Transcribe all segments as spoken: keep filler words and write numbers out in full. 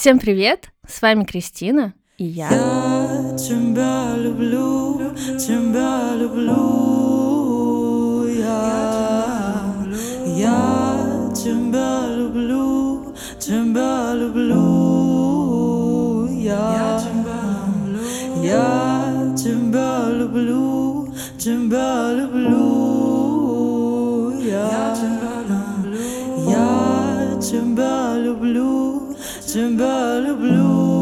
Всем привет! С вами Кристина и я. Я тебя люблю, тебя люблю, я, я тебя люблю, тебя люблю, я, я тебя люблю, тебя люблю, я, я тебя люблю, тебя люблю.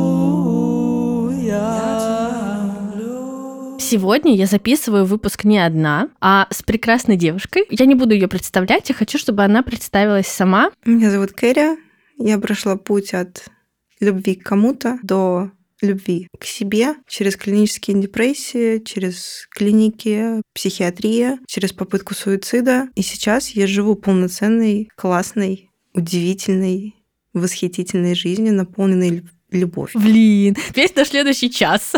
Сегодня я записываю выпуск не одна, а с прекрасной девушкой. Я не буду ее представлять, я хочу, чтобы она представилась сама. Меня зовут Кэрри. Я прошла путь от любви к кому-то до любви к себе через клинические депрессии, через клиники, психиатрия, через попытку суицида. И сейчас я живу полноценной, классной, удивительной, восхитительной жизнью, наполненной любовью. Блин, весь наш следующий час.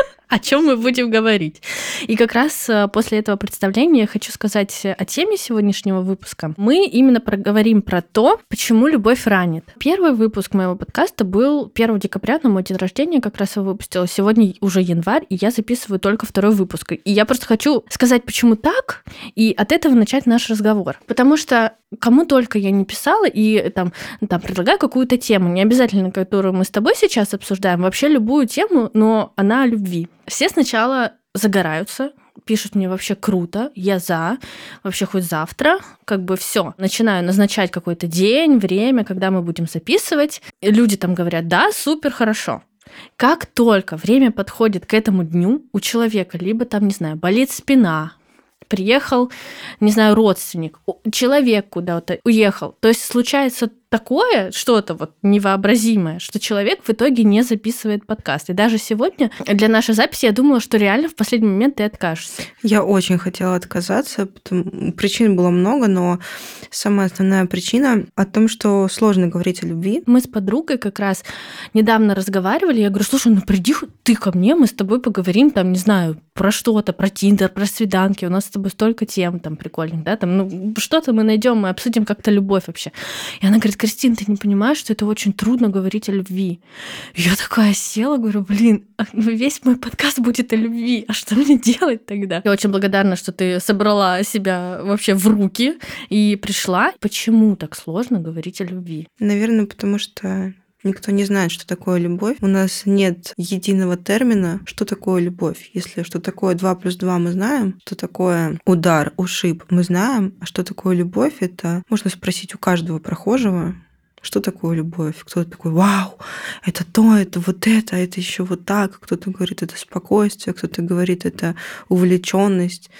О чем мы будем говорить. И как раз после этого представления я хочу сказать о теме сегодняшнего выпуска. Мы именно проговорим про то, почему любовь ранит. Первый выпуск моего подкаста был первого декабря, на мой день рождения, как раз его выпустила. Сегодня уже январь, и я записываю только второй выпуск. И я просто хочу сказать, почему так, и от этого начать наш разговор. Потому что кому только я не писала и там, там предлагаю какую-то тему, не обязательно, которую мы с тобой сейчас обсуждаем, вообще любую тему, но она о любви. Все сначала загораются, пишут мне вообще круто, я за, вообще хоть завтра, как бы все. Начинаю назначать какой-то день, время, когда мы будем записывать. И люди там говорят, да, супер, хорошо. Как только время подходит к этому дню, у человека либо там, не знаю, болит спина, приехал, не знаю, родственник, человек куда-то уехал. То есть случается такое, что-то вот невообразимое, что человек в итоге не записывает подкаст. И даже сегодня для нашей записи я думала, что реально в последний момент ты откажешься. Я очень хотела отказаться, потому... причин было много, но самая основная причина о том, что сложно говорить о любви. Мы с подругой как раз недавно разговаривали, я говорю, слушай, ну приди ты ко мне, мы с тобой поговорим, там, не знаю, про что-то, про Тиндер, про свиданки, у нас с тобой столько тем там прикольных, да, там, ну, что-то мы найдем, мы обсудим как-то любовь вообще. И она говорит, Кристин, ты не понимаешь, что это очень трудно говорить о любви. И я такая села, говорю, блин, весь мой подкаст будет о любви, а что мне делать тогда? Я очень благодарна, что ты собрала себя вообще в руки и пришла. Почему так сложно говорить о любви? Наверное, потому что никто не знает, что такое любовь. У нас нет единого термина, что такое любовь. Если что такое два плюс два мы знаем, что такое удар, ушиб мы знаем, а что такое любовь, это можно спросить у каждого прохожего, что такое любовь. Кто-то такой, вау, это то, это вот это, это еще вот так. Кто-то говорит, это спокойствие, кто-то говорит, это увлеченность.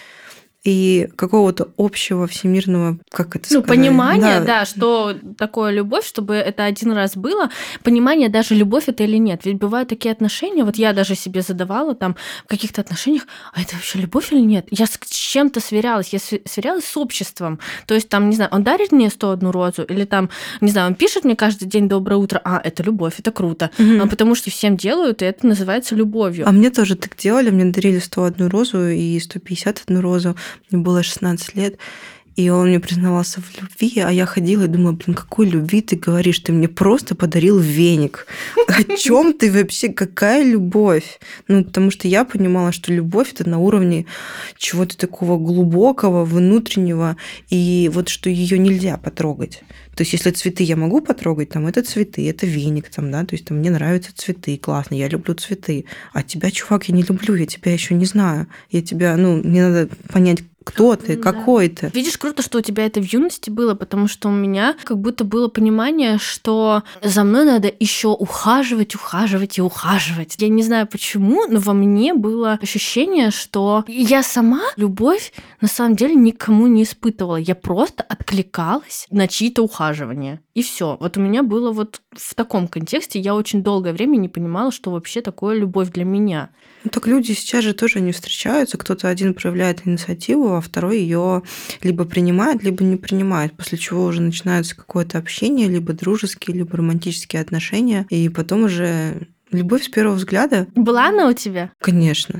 И какого-то общего всемирного, как это ну, сказать? понимание, да. да, что такое любовь, чтобы это один раз было, понимание даже, любовь это или нет. Ведь бывают такие отношения, вот я даже себе задавала там в каких-то отношениях, а это вообще любовь или нет? Я с чем-то сверялась, я сверялась с обществом. То есть там, не знаю, он дарит мне сто одну розу, или там, не знаю, он пишет мне каждый день доброе утро, а, это любовь, это круто. Угу. А потому что всем делают, и это называется любовью. А мне тоже так делали, мне дарили сто одну розу и сто пятьдесят одну розу. Мне было шестнадцать лет, и он мне признавался в любви, а я ходила и думала, блин, какой любви ты говоришь? Ты мне просто подарил веник. О чем ты вообще? Какая любовь? Ну, потому что я понимала, что любовь это на уровне чего-то такого глубокого, внутреннего, и вот что ее нельзя потрогать. То есть, если цветы я могу потрогать, там это цветы, это веник, там, да, то есть там мне нравятся цветы, классно, я люблю цветы. А тебя, чувак, я не люблю, я тебя еще не знаю. Я тебя, ну, мне надо понять, кто ты, да. какой ты. Видишь, круто, что у тебя это в юности было, потому что у меня как будто было понимание, что за мной надо еще ухаживать, ухаживать и ухаживать. Я не знаю почему, но во мне было ощущение, что я сама любовь на самом деле никому не испытывала. Я просто откликалась на чьи-то ухаживания. И все. Вот у меня было вот в таком контексте. Я очень долгое время не понимала, что вообще такое любовь для меня. Ну так люди сейчас же тоже не встречаются. Кто-то один проявляет инициативу, а второй ее либо принимает, либо не принимает, после чего уже начинается какое-то общение, либо дружеские, либо романтические отношения, и потом уже любовь с первого взгляда. Была она у тебя? Конечно.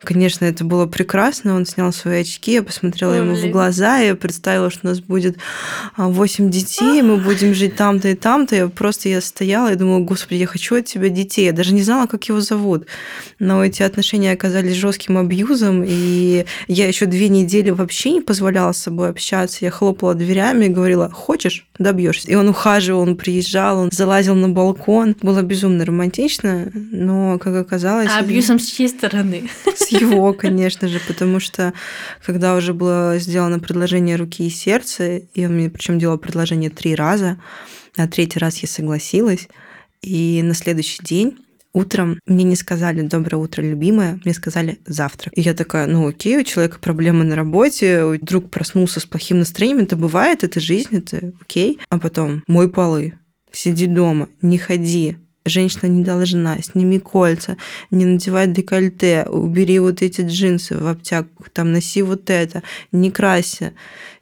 Конечно, это было прекрасно. Он снял свои очки, я посмотрела Ой, ему в блин. глаза, я представила, что у нас будет а, восемь детей, мы будем жить там-то и там-то. Я просто я стояла и думала, господи, я хочу от тебя детей. Я даже не знала, как его зовут. Но эти отношения оказались жестким абьюзом, и я еще две недели вообще не позволяла с собой общаться. Я хлопала дверями и говорила, хочешь, добьешься. И он ухаживал, он приезжал, он залазил на балкон. Было безумно романтично, но, как оказалось... А абьюзом с чьей стороны? С его, конечно же, потому что когда уже было сделано предложение руки и сердца, и он мне причем делал предложение три раза, на третий раз я согласилась, и на следующий день утром мне не сказали «доброе утро, любимая», мне сказали «завтрак». И я такая, ну окей, у человека проблемы на работе, вдруг проснулся с плохим настроением, это бывает, это жизнь, это окей. А потом «мой полы, сиди дома, не ходи». Женщина не должна, сними кольца, не надевай декольте, убери вот эти джинсы в обтягу, там, носи вот это, не крайся.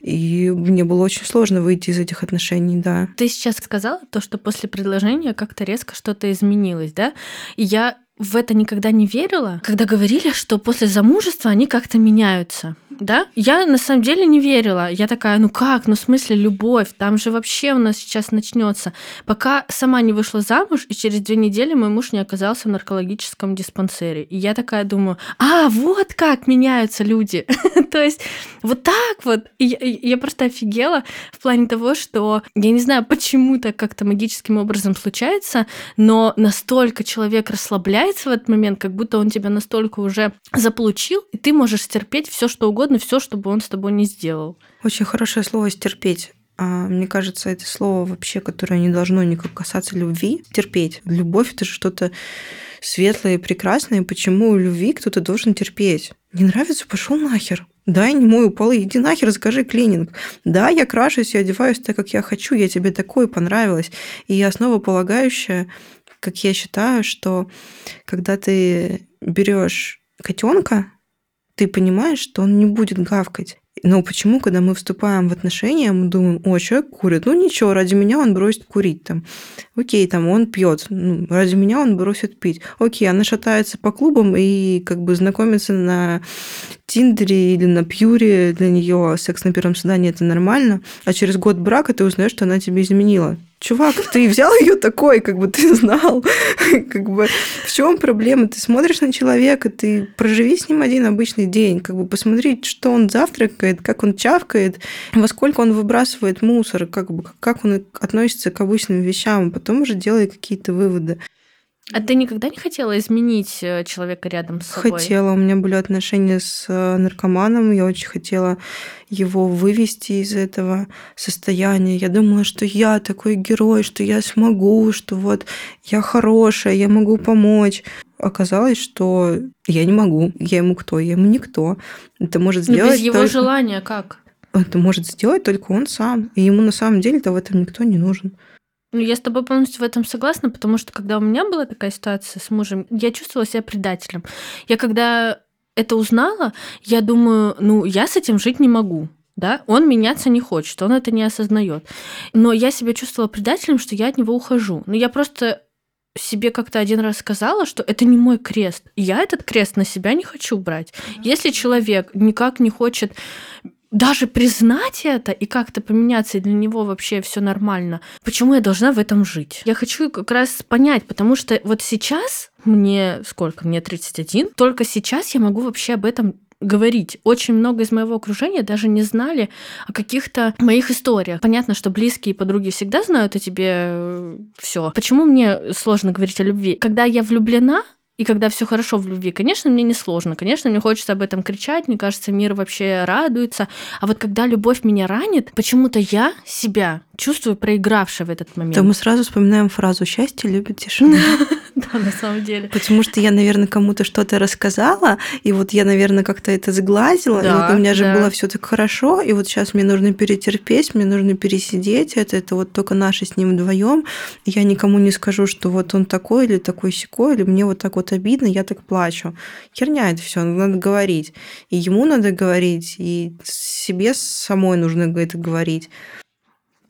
И мне было очень сложно выйти из этих отношений, да. Ты сейчас сказала то, что после предложения как-то резко что-то изменилось, да? И я в это никогда не верила, когда говорили, что после замужества они как-то меняются, да? Я на самом деле не верила. Я такая, ну как, ну в смысле любовь, там же вообще у нас сейчас начнется. Пока сама не вышла замуж, и через две недели мой муж не оказался в наркологическом диспансере. И я такая думаю, а, вот как меняются люди. То есть вот так вот. И я, я просто офигела в плане того, что я не знаю, почему так как-то магическим образом случается, но настолько человек расслабляется в этот момент, как будто он тебя настолько уже заполучил, и ты можешь стерпеть все, что угодно, все, что бы он с тобой не сделал. Очень хорошее слово «стерпеть». А, мне кажется, это слово вообще, которое не должно никак касаться любви. Терпеть. Любовь — это же что-то светлое и прекрасное. Почему у любви кто-то должен терпеть? Не нравится? Пошел нахер. Да, я не мою полы, иди нахер, закажи клининг. Да, я крашусь и одеваюсь так, как я хочу, я тебе такое понравилось. И основополагающее, как я считаю, что когда ты берешь котенка, ты понимаешь, что он не будет гавкать. Но почему, когда мы вступаем в отношения, мы думаем, о, человек курит, ну ничего, ради меня он бросит курить там. Окей, там он пьет, ну, ради меня он бросит пить. Окей, она шатается по клубам и как бы знакомится на Тиндере или на Пьюре, для нее секс на первом свидании это нормально, а через год брака ты узнаешь, что она тебе изменила. Чувак, ты взял ее такой, как бы ты знал, как бы в чем проблема? Ты смотришь на человека, ты проживи с ним один обычный день, как бы посмотри, что он завтракает, как он чавкает, во сколько он выбрасывает мусор, как бы как он относится к обычным вещам, а потом уже делай какие-то выводы. А ты никогда не хотела изменить человека рядом с собой? Хотела. У меня были отношения с наркоманом. Я очень хотела его вывести из этого состояния. Я думала, что я такой герой, что я смогу, что вот я хорошая, я могу помочь. Оказалось, что я не могу. Я ему кто? Я ему никто. Это может сделать... Но без его только... желания как? Это может сделать только он сам. И ему на самом деле-то в этом никто не нужен. Ну, я с тобой полностью в этом согласна, потому что когда у меня была такая ситуация с мужем, я чувствовала себя предателем. Я когда это узнала, я думаю, ну, я с этим жить не могу. Да? Он меняться не хочет, он это не осознает. Но я себя чувствовала предателем, что я от него ухожу. Но я просто себе как-то один раз сказала, что это не мой крест. Я этот крест на себя не хочу брать. Если человек никак не хочет даже признать это и как-то поменяться, и для него вообще все нормально, почему я должна в этом жить? Я хочу как раз понять, потому что вот сейчас мне сколько? Мне тридцать один. Только сейчас я могу вообще об этом говорить. Очень много из моего окружения даже не знали о каких-то моих историях. Понятно, что близкие и подруги всегда знают о тебе все. Почему мне сложно говорить о любви? Когда я влюблена, и когда все хорошо в любви, конечно, мне не сложно. Конечно, мне хочется об этом кричать. Мне кажется, мир вообще радуется. А вот когда любовь меня ранит, почему-то я себя чувствую проигравшей в этот момент. То мы сразу вспоминаем фразу «счастье любит тишину». Да, на самом деле. Потому что я, наверное, кому-то что-то рассказала, и вот я, наверное, как-то это сглазила, Да, и вот у меня же да. было все так хорошо, и вот сейчас мне нужно перетерпеть, мне нужно пересидеть это, это вот только наши с ним вдвоем. Я никому не скажу, что вот он такой или такой сякой, или мне вот так вот обидно, я так плачу. Херня это все, надо говорить. И ему надо говорить, и себе самой нужно это говорить.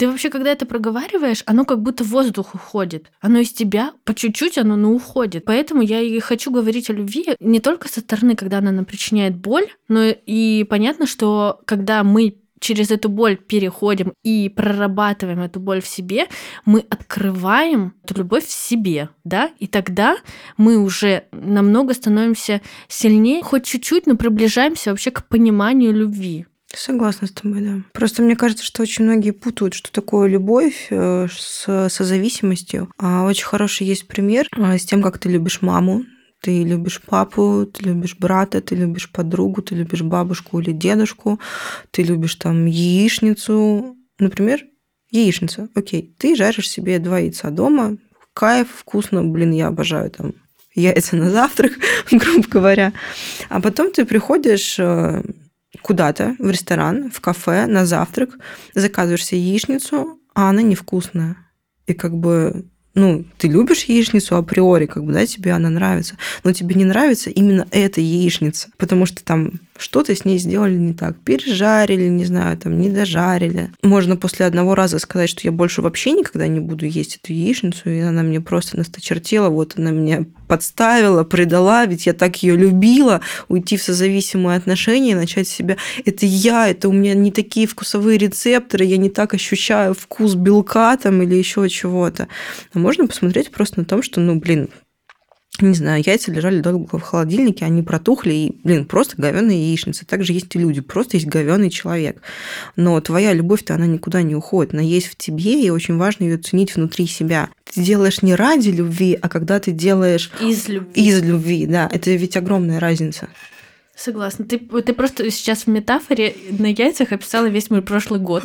Ты вообще, когда это проговариваешь, оно как будто в воздух уходит. Оно из тебя по чуть-чуть, оно ну, уходит. Поэтому я и хочу говорить о любви не только со стороны, когда она нам причиняет боль, но и понятно, что когда мы через эту боль переходим и прорабатываем эту боль в себе, мы открываем эту любовь в себе, да, и тогда мы уже намного становимся сильнее, хоть чуть-чуть, но приближаемся вообще к пониманию любви. Согласна с тобой, да. Просто мне кажется, что очень многие путают, что такое любовь э, с созависимостью. А очень хороший есть пример э, с тем, как ты любишь маму, ты любишь папу, ты любишь брата, ты любишь подругу, ты любишь бабушку или дедушку, ты любишь там яичницу. Например, яичница. Окей, ты жаришь себе два яйца дома, кайф, вкусно, блин, я обожаю там яйца на завтрак, грубо говоря. А потом ты приходишь куда-то, в ресторан, в кафе, на завтрак, заказываешь себе яичницу, а она невкусная. И как бы, ну, ты любишь яичницу априори, как бы, да, тебе она нравится, но тебе не нравится именно эта яичница, потому что там что-то с ней сделали не так. Пережарили, не знаю, там, не дожарили. Можно после одного раза сказать, что я больше вообще никогда не буду есть эту яичницу, и она мне просто насточертела, вот она меня подставила, предала, ведь я так ее любила, уйти в созависимые отношения, начать себя... Это я, это у меня не такие вкусовые рецепторы, я не так ощущаю вкус белка там или еще чего-то. А можно посмотреть просто на том, что, ну, блин, не знаю, яйца лежали долго в холодильнике, они протухли, и, блин, просто говёные яичницы. Также есть и люди, просто есть говёный человек. Но твоя любовь-то, она никуда не уходит, она есть в тебе, и очень важно ее ценить внутри себя. Ты делаешь не ради любви, а когда ты делаешь из любви. Из любви, да. Это ведь огромная разница. Согласна. Ты, ты просто сейчас в метафоре на яйцах описала весь мой прошлый год.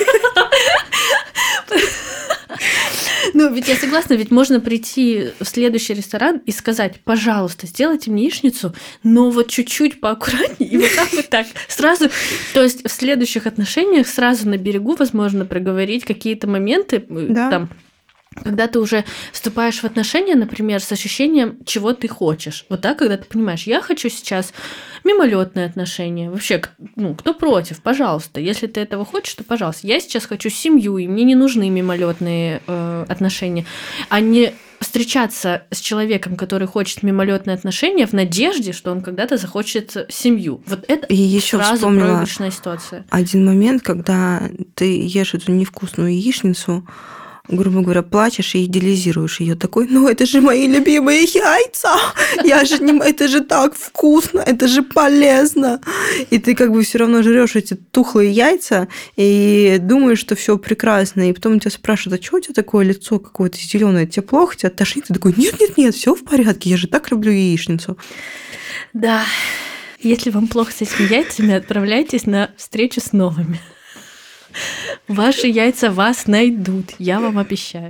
Ну, ведь я согласна, ведь можно прийти в следующий ресторан и сказать, пожалуйста, сделайте мне яичницу, но вот чуть-чуть поаккуратнее, и вот так, вот так. Сразу, то есть в следующих отношениях сразу на берегу, возможно, проговорить какие-то моменты, Да. там, когда ты уже вступаешь в отношения, например, с ощущением, чего ты хочешь. Вот так, когда ты понимаешь, я хочу сейчас мимолетные отношения. Вообще, ну, кто против, пожалуйста. Если ты этого хочешь, то пожалуйста. Я сейчас хочу семью, и мне не нужны мимолетные э, отношения. А не встречаться с человеком, который хочет мимолетные отношения в надежде, что он когда-то захочет семью. Вот это И еще сразу вспомнила проигрышная ситуация. один момент, когда ты ешь эту невкусную яичницу, грубо говоря, плачешь и идеализируешь ее такой, ну это же мои любимые яйца, я же не, это же так вкусно, это же полезно, и ты как бы все равно жрешь эти тухлые яйца и думаешь, что все прекрасно, и потом тебя спрашивают, а что у тебя такое лицо какое-то зеленое, тебе плохо, тебя тошнит, ты такой, нет, нет, нет, все в порядке, я же так люблю яичницу. Да, если вам плохо с этими яйцами, отправляйтесь на встречу с новыми. Ваши яйца вас найдут, я вам обещаю.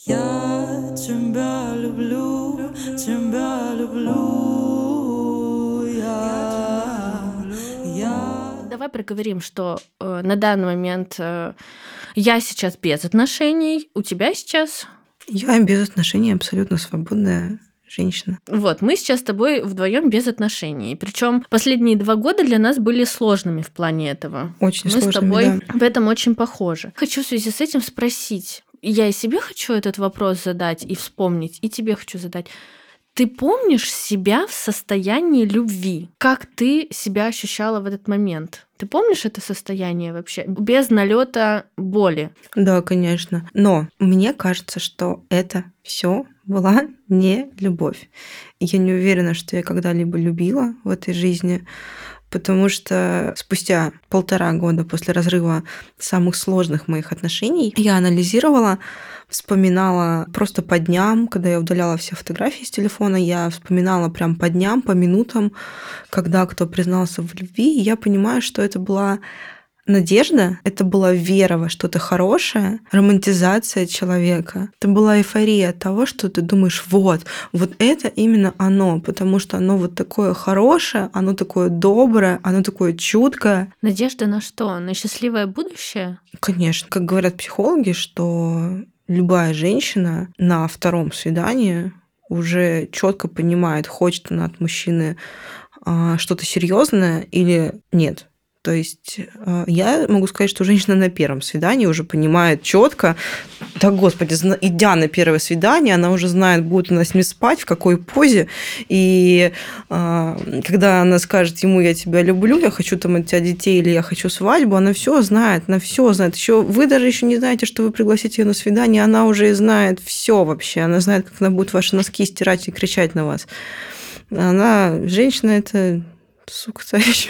Я тебя люблю, тебя люблю, я, я. Давай проговорим, что э, на данный момент э, я сейчас без отношений, у тебя сейчас... Я без отношений абсолютно свободная женщина. Вот, мы сейчас с тобой вдвоем без отношений. Причем последние два года для нас были сложными в плане этого. Очень мы сложными, с тобой да. в этом очень похожи. Хочу в связи с этим спросить. Я и себе хочу этот вопрос задать и вспомнить, и тебе хочу задать. Ты помнишь себя в состоянии любви? Как ты себя ощущала в этот момент? Ты помнишь это состояние вообще? Без налета боли? Да, конечно. Но мне кажется, что это все была не любовь. Я не уверена, что я когда-либо любила в этой жизни, потому что спустя полтора года после разрыва самых сложных моих отношений я анализировала, вспоминала просто по дням, когда я удаляла все фотографии с телефона, я вспоминала прям по дням, по минутам, когда кто признался в любви, и я понимаю, что это была надежда, это была вера во что-то хорошее, романтизация человека. Это была эйфория от того, что ты думаешь, вот, вот это именно оно, потому что оно вот такое хорошее, оно такое доброе, оно такое чуткое. Надежда на что? На счастливое будущее? Конечно. Как говорят психологи, что любая женщина на втором свидании уже четко понимает, хочет она от мужчины что-то серьезное или нет. То есть э, я могу сказать, что женщина на первом свидании уже понимает четко, да, господи, зна- идя на первое свидание, она уже знает, будет она с ним спать, в какой позе. И э, когда она скажет ему: я тебя люблю, я хочу там от тебя детей или я хочу свадьбу, она все знает, она все знает. Еще вы даже еще не знаете, что вы пригласите ее на свидание, она уже знает все вообще. Она знает, как она будет ваши носки стирать и кричать на вас. Она, женщина, это сука-то еще.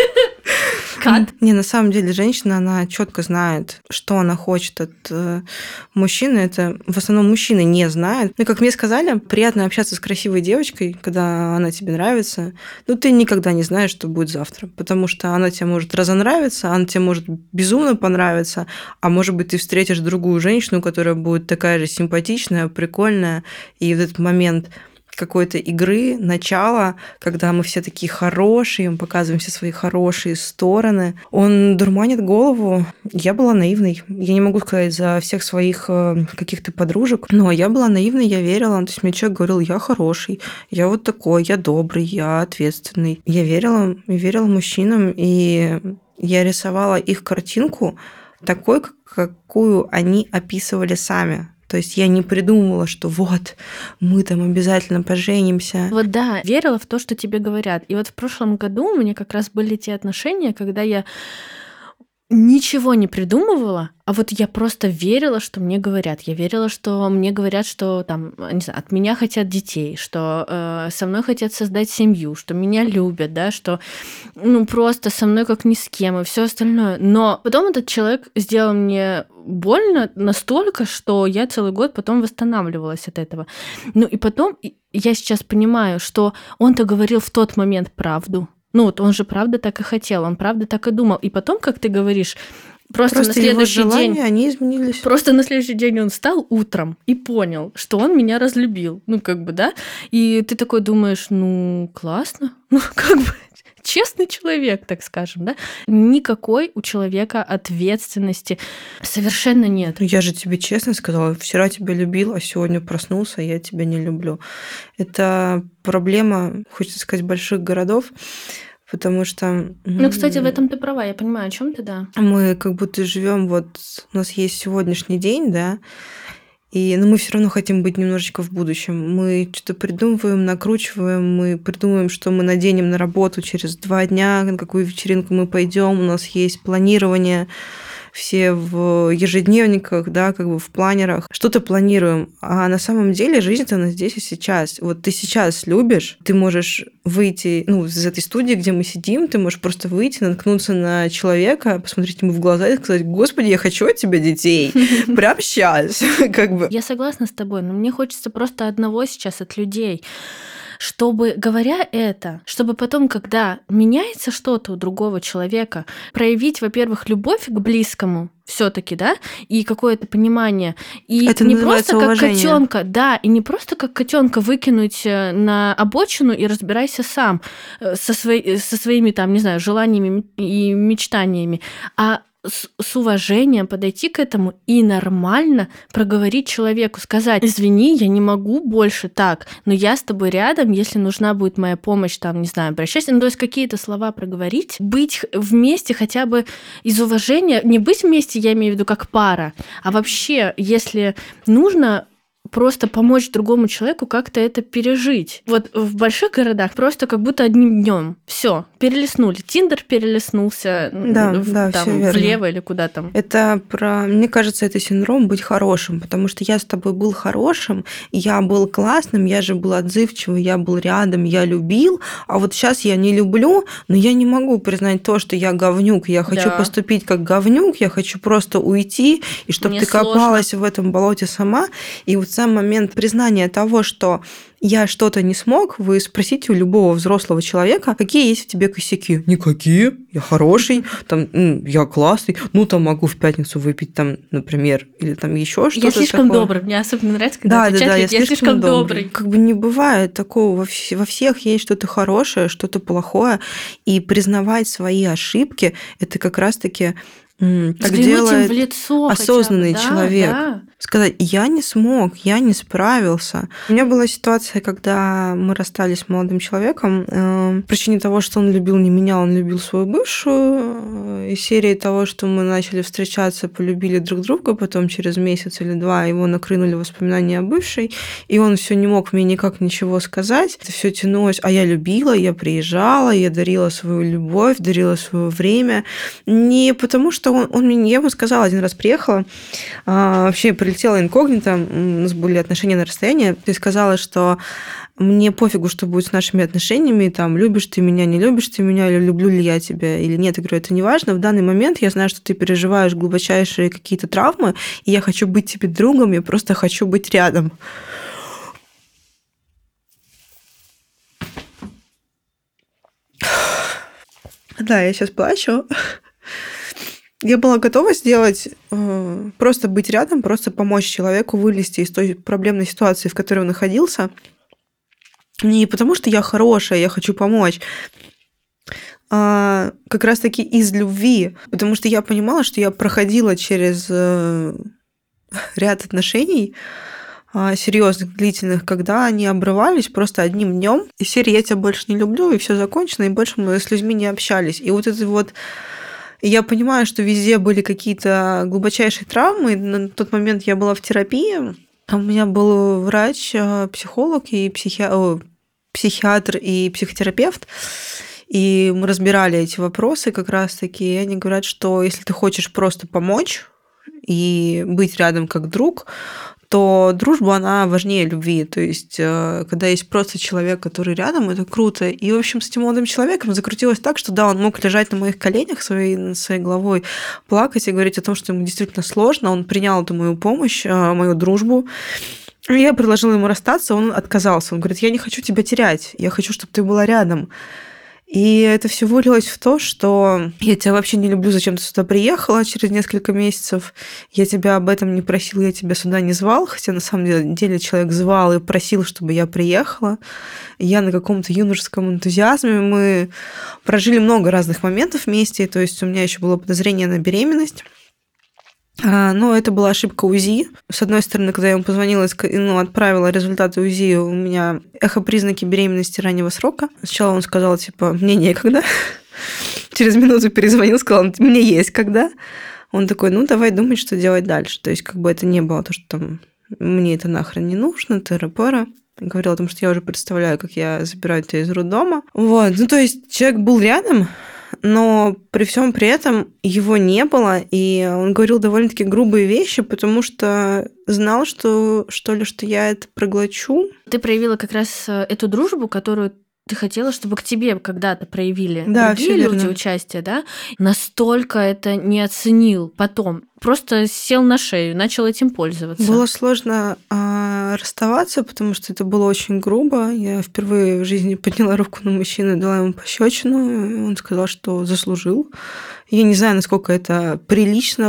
Кат. Не, на самом деле женщина, она четко знает, что она хочет от э, мужчины. Это в основном мужчины не знают. Ну, и как мне сказали, приятно общаться с красивой девочкой, когда она тебе нравится. Но ты никогда не знаешь, что будет завтра, потому что она тебе может разонравиться, она тебе может безумно понравиться, а может быть, ты встретишь другую женщину, которая будет такая же симпатичная, прикольная, и в этот момент какой-то игры, начала, когда мы все такие хорошие, мы показываем все свои хорошие стороны. Он дурманит голову. Я была наивной. Я не могу сказать за всех своих э, каких-то подружек, но я была наивной, я верила. То есть мне человек говорил: я хороший, я вот такой, я добрый, я ответственный. Я верила, верила мужчинам, и я рисовала их картинку такой, какую они описывали сами. То есть я не придумывала, что вот, мы там обязательно поженимся. Вот да, верила в то, что тебе говорят. И вот в прошлом году у меня как раз были те отношения, когда я ничего не придумывала, а вот я просто верила, что мне говорят. Я верила, что мне говорят, что там, не знаю, от меня хотят детей, что э, со мной хотят создать семью, что меня любят, да, что ну просто со мной как ни с кем и все остальное. Но потом этот человек сделал мне больно настолько, что я целый год потом восстанавливалась от этого. Ну и потом я сейчас понимаю, что он-то говорил в тот момент правду. Ну вот он же правда так и хотел, он правда так и думал. И потом, как ты говоришь, просто, Просто на следующий его желания, день... они изменились. Просто на следующий день он встал утром и понял, что он меня разлюбил. Ну, как бы, да? И ты такой думаешь: ну, классно. Ну, как бы, честный человек, так скажем, да? Никакой у человека ответственности совершенно нет. Я же тебе честно сказала, вчера тебя любил, а сегодня проснулся, я тебя не люблю. Это проблема, хочется сказать, больших городов, потому что... Ну, кстати, в этом ты права, я понимаю, о чем ты, да. Мы как будто живем, вот у нас есть сегодняшний день, да, и, но мы все равно хотим быть немножечко в будущем. Мы что-то придумываем, накручиваем, мы придумываем, что мы наденем на работу через два дня, на какую вечеринку мы пойдем, у нас есть планирование, все в ежедневниках, да, как бы в планерах, что-то планируем. А на самом деле жизнь-то она здесь и сейчас. Вот ты сейчас любишь, ты можешь выйти, ну, из этой студии, где мы сидим, ты можешь просто выйти, наткнуться на человека, посмотреть ему в глаза и сказать: Господи, я хочу от тебя детей. Прямо сейчас. Как бы. Я согласна с тобой, но мне хочется просто одного сейчас от людей. Чтобы, говоря это, чтобы потом, когда меняется что-то у другого человека, проявить, во-первых, любовь к близкому все-таки, да, и какое-то понимание. И это не просто как уважение. котенка, да, и не просто как котенка выкинуть на обочину и разбирайся сам со, свои, со своими, там, не знаю, желаниями и мечтаниями, а с, с уважением подойти к этому и нормально проговорить человеку, сказать: извини, я не могу больше так, но я с тобой рядом, если нужна будет моя помощь, там, не знаю, обращайся. Ну, то есть какие-то слова проговорить, быть вместе хотя бы из уважения, не быть вместе, я имею в виду, как пара, а вообще, если нужно, просто помочь другому человеку как-то это пережить. Вот в больших городах просто как будто одним днем все перелистнули. Тиндер перелистнулся да, в, да, там, всё верно. влево или куда там. Это про, мне кажется, это синдром быть хорошим, потому что я с тобой был хорошим, я был классным, я же был отзывчивый, я был рядом, я любил, а вот сейчас я не люблю, но я не могу признать то, что я говнюк, я хочу Да. поступить как говнюк, я хочу просто уйти, и чтобы Мне ты сложно. копалась в этом болоте сама, и вот сам момент признания того, что я что-то не смог, вы спросите у любого взрослого человека, какие есть в тебе косяки. Никакие, я хороший, там, я классный, ну, там могу в пятницу выпить, там, например, или там еще что-то Я слишком такое. добрый. Мне особенно нравится, когда Да, да, отвечают да, я люди, я слишком слишком добрый. добрый. Как бы не бывает такого, во, вс- во всех есть что-то хорошее, что-то плохое, и признавать свои ошибки, это как раз-таки м, так Взглянуть им делает в лицо хотя бы, осознанный да, человек. да. сказать: я не смог, я не справился. У меня была ситуация, когда мы расстались с молодым человеком э, по причине того, что он любил не меня, он любил свою бывшую. Из серии того, что мы начали встречаться, полюбили друг друга, потом через месяц или два его накрынули воспоминания о бывшей, и он все не мог мне никак ничего сказать. Это все тянулось, а я любила, я приезжала, я дарила свою любовь, дарила свое время. Не потому, что он, он мне, я ему сказала, один раз приехала, а, вообще прилетела инкогнито, у нас были отношения на расстоянии, ты сказала, что мне пофигу, что будет с нашими отношениями, там, любишь ты меня, не любишь ты меня, или люблю ли я тебя, или нет. Я говорю, это не важно. В данный момент я знаю, что ты переживаешь глубочайшие какие-то травмы, и я хочу быть тебе другом, я просто хочу быть рядом. Да, я сейчас плачу. Я была готова сделать, э, просто быть рядом, просто помочь человеку вылезти из той проблемной ситуации, в которой он находился. Не потому, что я хорошая, я хочу помочь, а как раз-таки из любви. Потому что я понимала, что я проходила через э, ряд отношений э, серьезных, длительных, когда они обрывались просто одним днем. И серии «я тебя больше не люблю», и все закончено, и больше мы с людьми не общались. И вот это вот... Я понимаю, что везде были какие-то глубочайшие травмы. На тот момент я была в терапии. У меня был врач, психолог и психи... психиатр и психотерапевт. И мы разбирали эти вопросы как раз-таки. И они говорят, что если ты хочешь просто помочь и быть рядом как друг, то дружба, она важнее любви. То есть, когда есть просто человек, который рядом, это круто. И, в общем, с этим молодым человеком закрутилось так, что да, он мог лежать на моих коленях своей, своей головой, плакать и говорить о том, что ему действительно сложно. Он принял эту мою помощь, мою дружбу. Я предложила ему расстаться, он отказался. Он говорит, я не хочу тебя терять, я хочу, чтобы ты была рядом. И это все вылилось в то, что я тебя вообще не люблю, зачем ты сюда приехала через несколько месяцев. Я тебя об этом не просил, я тебя сюда не звал, хотя на самом деле человек звал и просил, чтобы я приехала. Я на каком-то юношеском энтузиазме. Мы прожили много разных моментов вместе, то есть у меня еще было подозрение на беременность. Но это была ошибка УЗИ. С одной стороны, когда я ему позвонила и ну, отправила результаты УЗИ, у меня эхопризнаки беременности раннего срока. Сначала он сказал, типа, мне некогда. Через минуту перезвонил, сказал, мне есть когда. Он такой, ну, давай думать, что делать дальше. То есть, как бы это не было то, что там, мне это нахрен не нужно, тыры-пыры. Говорил о том, что я уже представляю, как я забираю тебя из роддома. Вот. Ну, то есть, человек был рядом, но при всем при этом его не было, и он говорил довольно-таки грубые вещи, потому что знал, что, что ли, что я это проглочу. Ты проявила как раз эту дружбу, которую ты хотела, чтобы к тебе когда-то проявили да, другие люди верно. Участие, да? Настолько это не оценил потом. Просто сел на шею, начал этим пользоваться. Было сложно а, расставаться, потому что это было очень грубо. Я впервые в жизни подняла руку на мужчину, дала ему пощечину, и он сказал, что заслужил. Я не знаю, насколько это прилично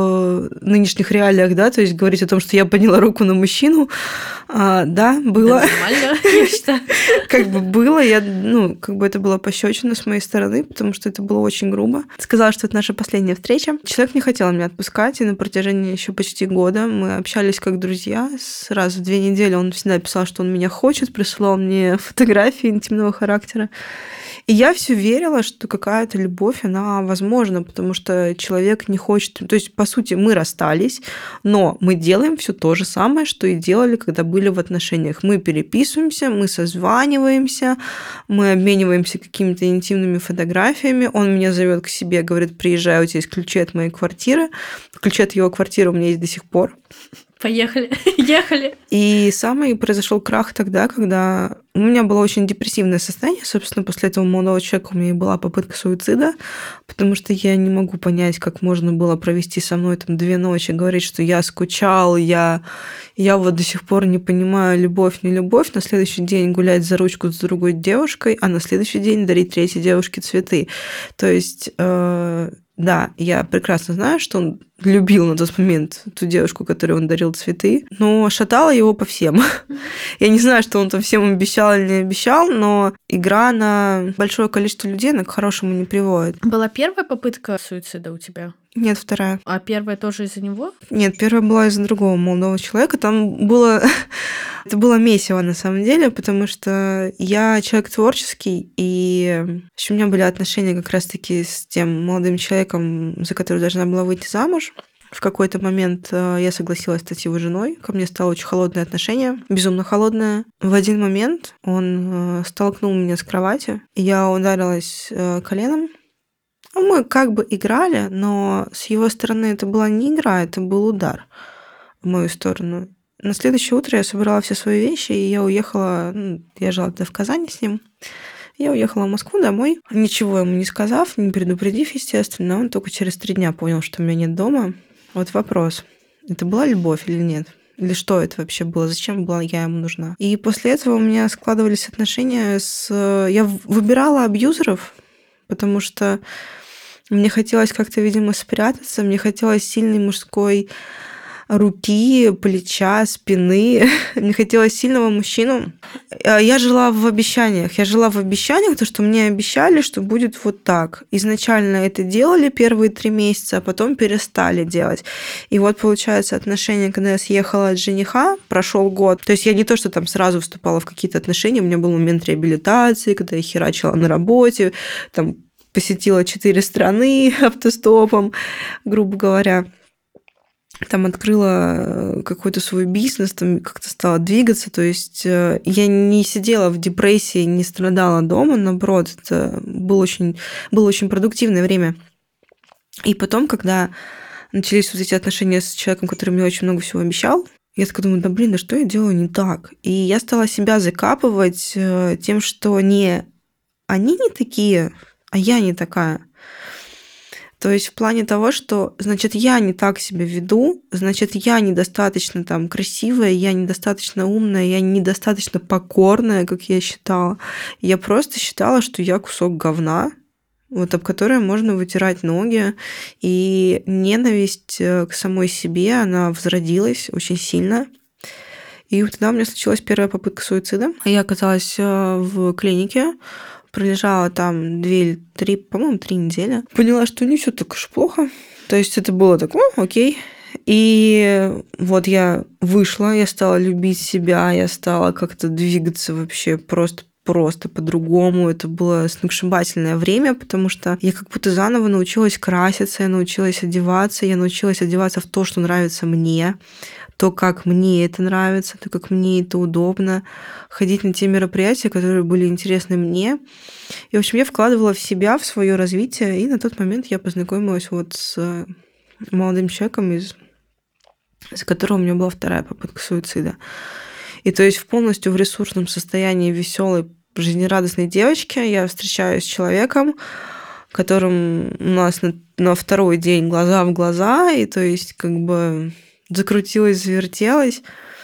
в нынешних реалиях, да, то есть говорить о том, что я подняла руку на мужчину. А, да, было. Да, нормально, я считаю. Как бы было, я, ну, как бы это было пощечина с моей стороны, потому что это было очень грубо. Сказала, что это наша последняя встреча. Человек не хотел меня отпускать, и на протяжении еще почти года мы общались как друзья. Раз в две недели он всегда писал, что он меня хочет, присылал мне фотографии интимного характера. И я все верила, что какая-то любовь, она возможна, потому что человек не хочет... То есть, по сути, мы расстались, но мы делаем все то же самое, что и делали, когда были в отношениях. Мы переписываемся, мы созваниваемся, мы обмениваемся какими-то интимными фотографиями. Он меня зовет к себе, говорит, приезжай, у тебя есть ключи от моей квартиры. Ключи от его квартиры у меня есть до сих пор. Поехали, ехали. И самый произошел крах тогда, когда у меня было очень депрессивное состояние. Собственно, после этого молодого человека у меня и была попытка суицида, потому что я не могу понять, как можно было провести со мной там две ночи, говорить, что я скучал, я, я вот до сих пор не понимаю, любовь, не любовь. На следующий день гулять за ручку с другой девушкой, а на следующий день дарить третьей девушке цветы. То есть... Э- Да, я прекрасно знаю, что он любил на тот момент ту девушку, которой он дарил цветы, но шатала его по всем. Я не знаю, что он там всем обещал или не обещал, но игра на большое количество людей, она к хорошему не приводит. Была первая попытка суицида у тебя? Нет, вторая. А первая тоже из-за него? Нет, первая была из-за другого молодого человека. Там было... Это было месиво, на самом деле, потому что я человек творческий, и еще у меня были отношения как раз-таки с тем молодым человеком, за которого должна была выйти замуж. В какой-то момент я согласилась стать его женой. Ко мне стало очень холодное отношение, безумно холодное. В один момент он столкнул меня с кровати, и я ударилась коленом. Мы как бы играли, но с его стороны это была не игра, это был удар в мою сторону. На следующее утро я собирала все свои вещи, и я уехала, ну, я жила тогда в Казани с ним, я уехала в Москву домой, ничего ему не сказав, не предупредив, естественно. Он только через три дня понял, что меня нет дома. Вот вопрос, это была любовь или нет? Или что это вообще было? Зачем была я ему нужна? И после этого у меня складывались отношения с... Я выбирала абьюзеров, потому что мне хотелось как-то, видимо, спрятаться, мне хотелось сильной мужской руки, плеча, спины. Мне хотелось сильного мужчину. Я жила в обещаниях. Я жила в обещаниях, то, что мне обещали, что будет вот так. Изначально это делали первые три месяца, а потом перестали делать. И вот, получается, отношения, когда я съехала от жениха, прошел год. То есть я не то, что там сразу вступала в какие-то отношения, у меня был момент реабилитации, когда я херачила на работе, там посетила четыре страны автостопом, грубо говоря. Там открыла какой-то свой бизнес, там как-то стала двигаться. То есть я не сидела в депрессии, не страдала дома, наоборот, это было очень, было очень продуктивное время. И потом, когда начались вот эти отношения с человеком, который мне очень много всего обещал, я такая думаю, да блин, да что я делаю не так? И я стала себя закапывать тем, что не они не такие, а я не такая. То есть в плане того, что, значит, я не так себя веду, значит, я недостаточно там красивая, я недостаточно умная, я недостаточно покорная, как я считала. Я просто считала, что я кусок говна, вот об который можно вытирать ноги. И ненависть к самой себе, она возродилась очень сильно. И вот тогда у меня случилась первая попытка суицида. Я оказалась в клинике, пролежала там две или три, по-моему, три недели. Поняла, что не все так уж плохо. То есть это было так, о, окей. И вот я вышла, я стала любить себя, я стала как-то двигаться вообще просто просто по-другому. Это было сногсшибательное время, потому что я как будто заново научилась краситься, я научилась одеваться, я научилась одеваться в то, что нравится мне, то, как мне это нравится, то, как мне это удобно, ходить на те мероприятия, которые были интересны мне. И, в общем, я вкладывала в себя, в свое развитие, и на тот момент я познакомилась вот с молодым человеком, из за которого у меня была вторая попытка суицида. И то есть в полностью в ресурсном состоянии веселой, жизнерадостной девочки я встречаюсь с человеком, которым у нас на, на второй день глаза в глаза, и то есть как бы закрутилась, завертелась.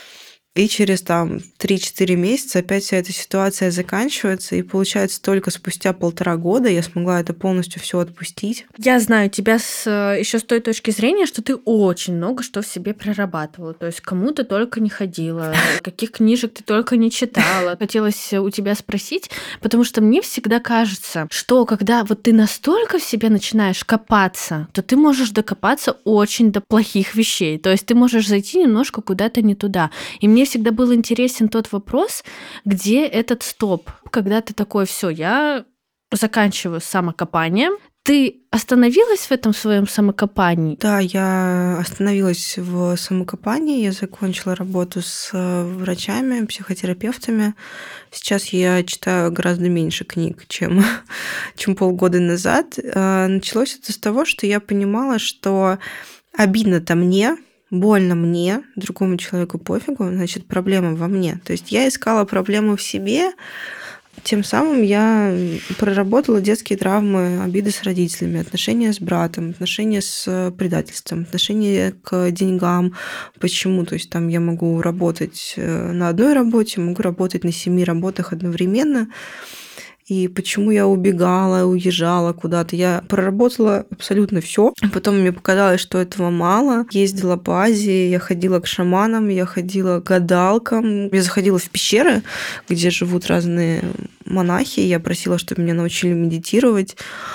И через там три-четыре месяца опять вся эта ситуация заканчивается, и получается только спустя полтора года я смогла это полностью все отпустить. Я знаю тебя с, еще с той точки зрения, что ты очень много что в себе прорабатывала. То есть кому ты только не ходила, каких книжек ты только не читала. Хотелось у тебя спросить, потому что мне всегда кажется, что когда вот ты настолько в себе начинаешь копаться, то ты можешь докопаться очень до плохих вещей. То есть ты можешь зайти немножко куда-то не туда. И мне всегда был интересен тот вопрос, где этот стоп, когда ты такой, все, я заканчиваю с самокопанием. Ты остановилась в этом своем самокопании? Да, я остановилась в самокопании, я закончила работу с врачами, психотерапевтами. Сейчас я читаю гораздо меньше книг, чем, чем полгода назад. Началось это с того, что я понимала, что обидно-то мне, больно мне, другому человеку пофигу, значит, проблема во мне. То есть я искала проблему в себе, тем самым я проработала детские травмы, обиды с родителями, отношения с братом, отношения с предательством, отношения к деньгам. Почему? То есть там я могу работать на одной работе, могу работать на семи работах одновременно. и почему я убегала, уезжала куда-то. Я проработала абсолютно все. Потом мне показалось, что этого мало. Ездила по Азии, я ходила к шаманам, я ходила к гадалкам. Я заходила в пещеры, где живут разные монахи. Я просила, чтобы меня научили медитировать.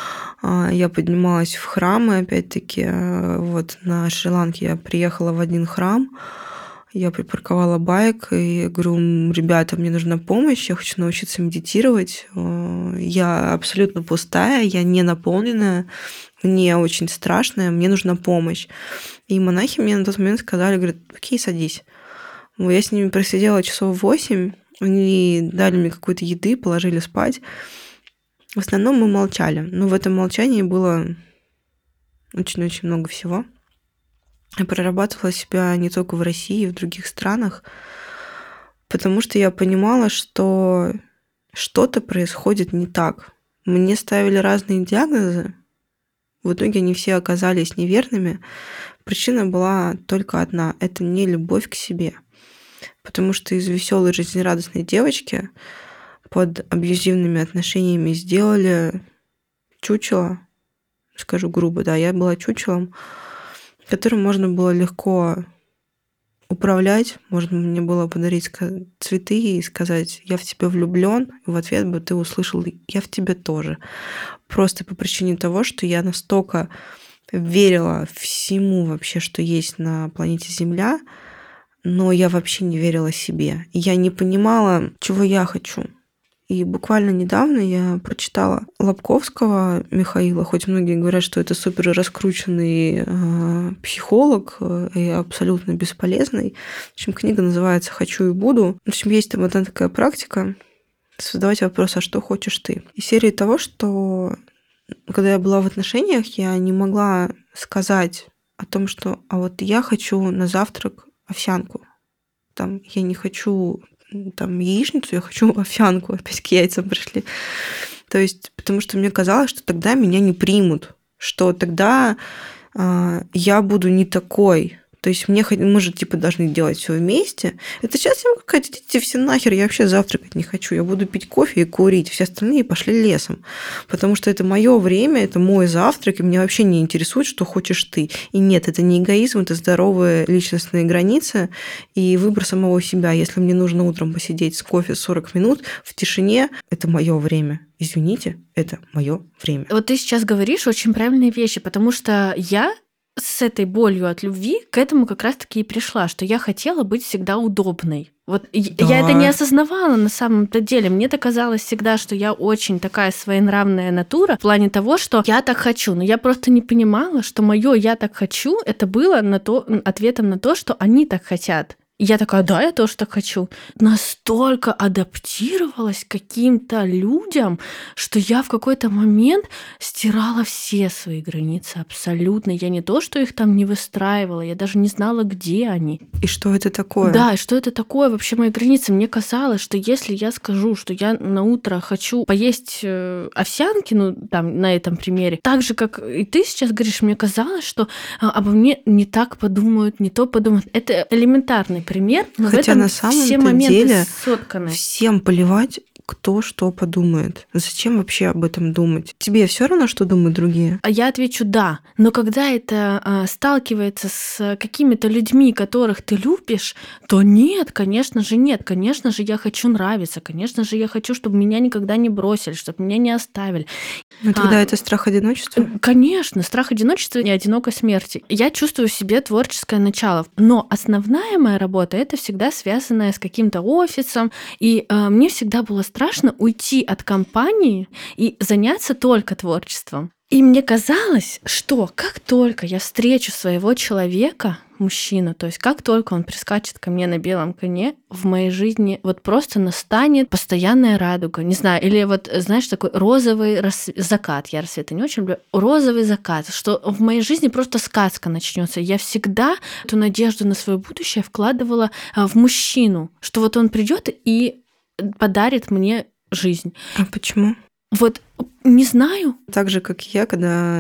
Я поднималась в храмы, опять-таки. Вот на Шри-Ланке я приехала в один храм. Я припарковала байк и говорю: ребята, мне нужна помощь, я хочу научиться медитировать. Я абсолютно пустая, я не наполненная, мне очень страшно, мне нужна помощь. И монахи мне на тот момент сказали, говорят: окей, садись. Я с ними просидела часов восемь, они дали мне какой-то еды, положили спать. В основном мы молчали, но в этом молчании было очень-очень много всего. Я прорабатывала себя не только в России, и в других странах, потому что я понимала, что что-то происходит не так. Мне ставили разные диагнозы, в итоге они все оказались неверными. Причина была только одна – это не любовь к себе. Потому что из веселой жизнерадостной девочки под абьюзивными отношениями сделали чучело, скажу грубо, да, я была чучелом, которым можно было легко управлять, можно мне было подарить цветы и сказать: я в тебя влюблен, и в ответ бы ты услышал: я в тебя тоже. Просто по причине того, что я настолько верила всему вообще, что есть на планете Земля, но я вообще не верила себе. Я не понимала, чего я хочу. И буквально недавно я прочитала Лобковского Михаила, хоть многие говорят, что это супер раскрученный э, психолог э, и абсолютно бесполезный. В общем, книга называется «Хочу и буду». В общем, есть там одна такая практика — задавать вопрос: а что хочешь ты? Из серии того, что когда я была в отношениях, я не могла сказать о том, что а вот я хочу на завтрак овсянку. Там, я не хочу там яичницу, я хочу овсянку, опять к яйцам пришли. То есть, потому что мне казалось, что тогда меня не примут, что тогда э, я буду не такой. То есть мне, мы же типа должны делать все вместе. Это сейчас я какая-то, идите все нахер, я вообще завтракать не хочу. Я буду пить кофе и курить. Все остальные пошли лесом. Потому что это мое время, это мой завтрак, и меня вообще не интересует, что хочешь ты. И нет, это не эгоизм, это здоровые личностные границы и выбор самого себя. Если мне нужно утром посидеть с кофе сорок минут в тишине, это мое время. Извините, это мое время. Вот ты сейчас говоришь очень правильные вещи, потому что я с этой болью от любви к этому как раз-таки и пришла, что я хотела быть всегда удобной. Вот да. Я это не осознавала на самом-то деле. Мне-то казалось всегда, что я очень такая своенравная натура в плане того, что я так хочу. Но я просто не понимала, что мое «я так хочу» это было на то, ответом на то, что они так хотят. И я такая: да, я тоже так хочу. Настолько адаптировалась к каким-то людям, что я в какой-то момент стирала все свои границы абсолютно. Я не то, что их там не выстраивала, я даже не знала, где они. И что это такое? Да, и что это такое вообще мои границы. Мне казалось, что если я скажу, что я на утро хочу поесть овсянки, ну, там, на этом примере, так же, как и ты сейчас говоришь, мне казалось, что обо мне не так подумают, не то подумают. Это элементарный пример, но Хотя в этом на самом все моменты деле сотканы. Всем плевать, кто что подумает. Зачем вообще об этом думать? Тебе все равно, что думают другие? А я отвечу да. Но когда это а, сталкивается с какими-то людьми, которых ты любишь, то нет, конечно же нет. Конечно же я хочу нравиться. Конечно же я хочу, чтобы меня никогда не бросили, чтобы меня не оставили. Но тогда а, это страх одиночества? Конечно, страх одиночества и одинокой смерти. Я чувствую в себе творческое начало. Но основная моя работа — это всегда связанная с каким-то офисом. И а, мне всегда было страшно уйти от компании и заняться только творчеством. И мне казалось, что как только я встречу своего человека, мужчину, то есть как только он прискачет ко мне на белом коне, в моей жизни вот просто настанет постоянная радуга. Не знаю, или вот, знаешь, такой розовый рас... закат. Я рассвета не очень люблю. Розовый закат, что в моей жизни просто сказка начнется. Я всегда эту надежду на свое будущее вкладывала в мужчину, что вот он придет и подарит мне жизнь. А почему? Вот не знаю. Так же, как и я, когда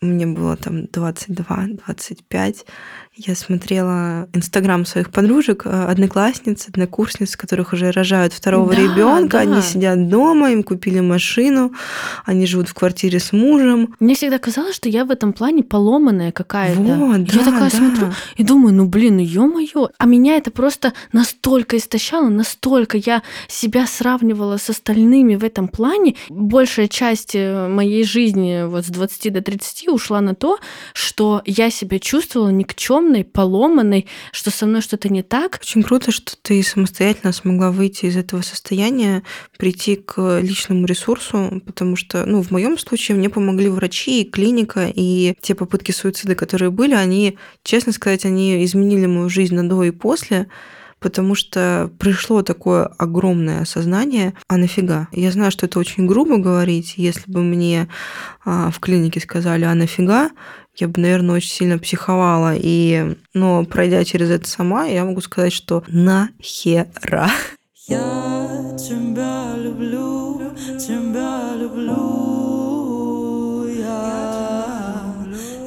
мне было там двадцать два двадцать пять, я смотрела Инстаграм своих подружек, э, одноклассниц, однокурсниц, которых уже рожают второго Да, ребенка, они да. сидят дома, им купили машину, они живут в квартире с мужем. Мне всегда казалось, что я в этом плане поломанная какая-то. Вот, я да, такая да. смотрю и думаю, ну блин, ну ё-моё. А меня это просто настолько истощало, настолько я себя сравнивала с остальными в этом плане. Большая часть э, моей жизни вот с двадцати до тридцати ушла на то, что я себя чувствовала никчемной, поломанной, что со мной что-то не так. Очень круто, что ты самостоятельно смогла выйти из этого состояния, прийти к личному ресурсу, потому что, ну, в моем случае мне помогли врачи, и клиника, и те попытки суицида, которые были, они, честно сказать, они изменили мою жизнь на до и после, потому что пришло такое огромное осознание, а нафига? Я знаю, что это очень грубо говорить, если бы мне а, в клинике сказали, а нафига, я бы, наверное, очень сильно психовала. И, но пройдя через это сама, я могу сказать, что нахера. Я тебя люблю, тебя люблю, я,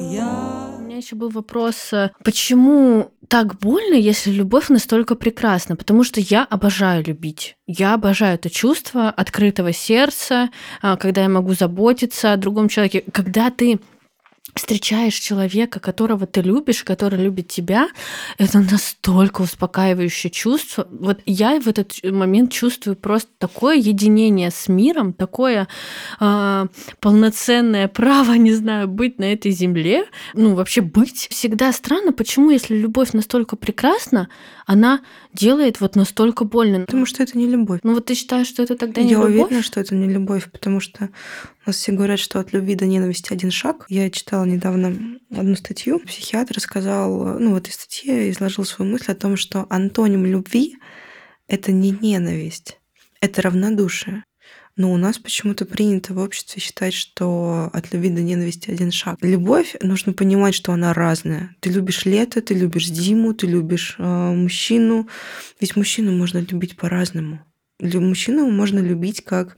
я. У меня еще был вопрос, э, почему так больно, если любовь настолько прекрасна? Потому что я обожаю любить. Я обожаю это чувство открытого сердца, а, когда я могу заботиться о другом человеке. Когда ты встречаешь человека, которого ты любишь, который любит тебя, это настолько успокаивающее чувство. Вот я в этот момент чувствую просто такое единение с миром, такое э, полноценное право, не знаю, быть на этой земле, ну вообще быть. Всегда странно, почему, если любовь настолько прекрасна, она делает вот настолько больно. Потому что это не любовь. Ну вот ты считаешь, что это тогда не Я любовь? уверена, что это не любовь, потому что у нас все говорят, что от любви до ненависти один шаг. Я читала недавно одну статью. Психиатр сказал, ну в этой статье изложил свою мысль о том, что антоним любви — это не ненависть, это равнодушие. Но у нас почему-то принято в обществе считать, что от любви до ненависти один шаг. Любовь, нужно понимать, что она разная. Ты любишь лето, ты любишь зиму, ты любишь э, мужчину. Ведь мужчину можно любить по-разному. Лю- Мужчину можно любить как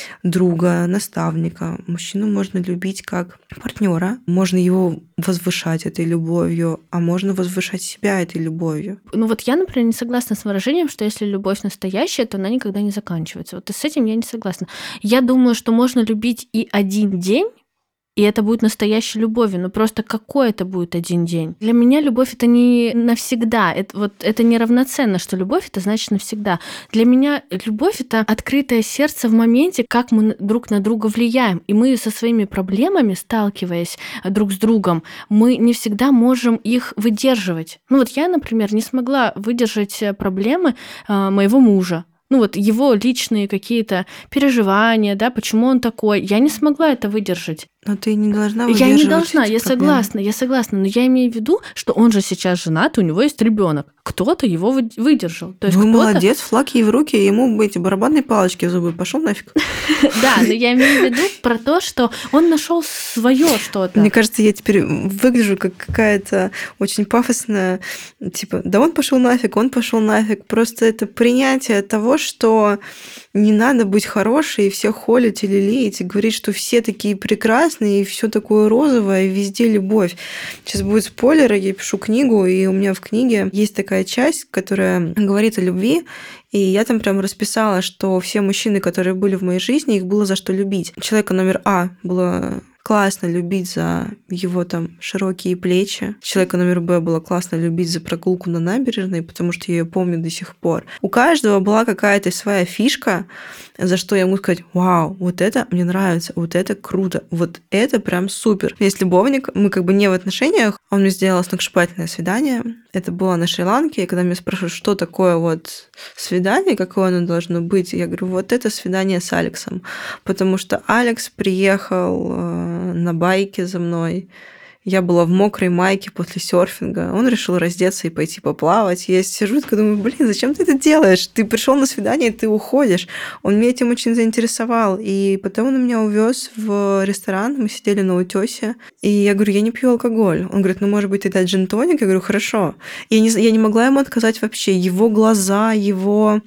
друга, наставника. Мужчину можно любить как партнера. Можно его возвышать этой любовью, а можно возвышать себя этой любовью. Ну вот я, например, не согласна с выражением, что если любовь настоящая, то она никогда не заканчивается. Вот и с этим я не согласна. Я думаю, что можно любить и один день, и это будет настоящей любовью. Но просто какой это будет один день? Для меня любовь — это не навсегда. Это, вот, это не равноценно, что любовь — это значит навсегда. Для меня любовь — это открытое сердце в моменте, как мы друг на друга влияем. И мы со своими проблемами, сталкиваясь друг с другом, мы не всегда можем их выдерживать. Ну вот я, например, не смогла выдержать проблемы э, моего мужа. Ну вот его личные какие-то переживания, да, почему он такой. Я не смогла это выдержать. Но ты не должна Я выдерживать не должна, эти я проблемы. согласна, я согласна, но я имею в виду, что он же сейчас женат, у него есть ребенок. Кто-то его вы- выдержал. То есть Ну, кто-то... молодец, флаг ей в руки, ему бы эти барабанные палочки в зубы. Пошел нафиг. Да, но я имею в виду про то, что он нашел свое что-то. Мне кажется, я теперь выгляжу как какая-то очень пафосная, типа, да он пошел нафиг, он пошел нафиг. Просто это принятие того, что не надо быть хорошей и всех холить или леять и говорить, что все такие прекрасные и все такое розовое, и везде любовь. Сейчас будет спойлер, я пишу книгу, и у меня в книге есть такая часть, которая говорит о любви, и я там прям расписала, что все мужчины, которые были в моей жизни, их было за что любить. Человека номер А было классно любить за его там широкие плечи. Человека номер Б было классно любить за прогулку на набережной, потому что я ее помню до сих пор. У каждого была какая-то своя фишка, за что я могу сказать: вау, вот это мне нравится, вот это круто, вот это прям супер. Есть любовник, мы как бы не в отношениях, он мне сделал сногсшибательное свидание. Это было на Шри-Ланке, и когда меня спрашивают, что такое вот свидание, какое оно должно быть, я говорю, вот это свидание с Алексом, потому что Алекс приехал на байке за мной. Я была в мокрой майке после серфинга. Он решил раздеться и пойти поплавать. Я сижу и думаю, блин, зачем ты это делаешь? Ты пришел на свидание, и ты уходишь. Он меня этим очень заинтересовал. И потом он меня увез в ресторан. Мы сидели на утёсе. И я говорю, я не пью алкоголь. Он говорит, ну, может быть, ты дать джин-тоник? Я говорю, хорошо. Я не, я не могла ему отказать вообще. Его глаза, его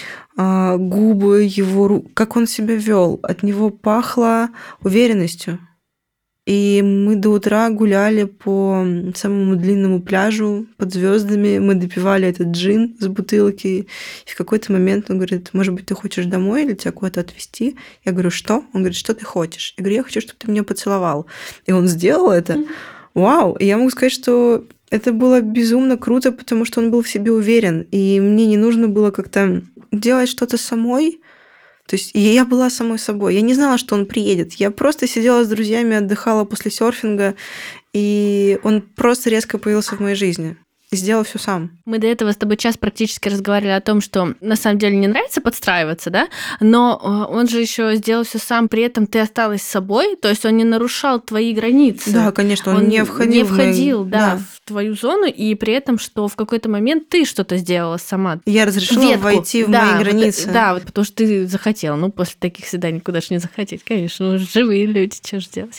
а, губы, его ру... как он себя вел. От него пахло уверенностью. И мы до утра гуляли по самому длинному пляжу под звездами. Мы допивали этот джин с бутылки. И в какой-то момент он говорит: может быть, ты хочешь домой или тебя куда-то отвезти? Я говорю: что? Он говорит: что ты хочешь? Я говорю: я хочу, чтобы ты меня поцеловал. И он сделал это. Mm-hmm. Вау! И я могу сказать, что это было безумно круто, потому что он был в себе уверен. И мне не нужно было как-то делать что-то самой. То есть я была самой собой. Я не знала, что он приедет. Я просто сидела с друзьями, отдыхала после серфинга, и он просто резко появился в моей жизни. И сделал все сам. Мы до этого с тобой час практически разговаривали о том, что на самом деле не нравится подстраиваться, да, но он же еще сделал все сам, при этом ты осталась собой, то есть он не нарушал твои границы. Да, конечно, он, он не входил, не входил в, да, да. в твою зону, и при этом, что в какой-то момент ты что-то сделала сама. Я разрешила Ветку. войти в да, мои границы. Вот, да, вот потому что ты захотела. Ну, после таких свиданий куда ж не захотеть, конечно, ну, живые люди, что ж делать.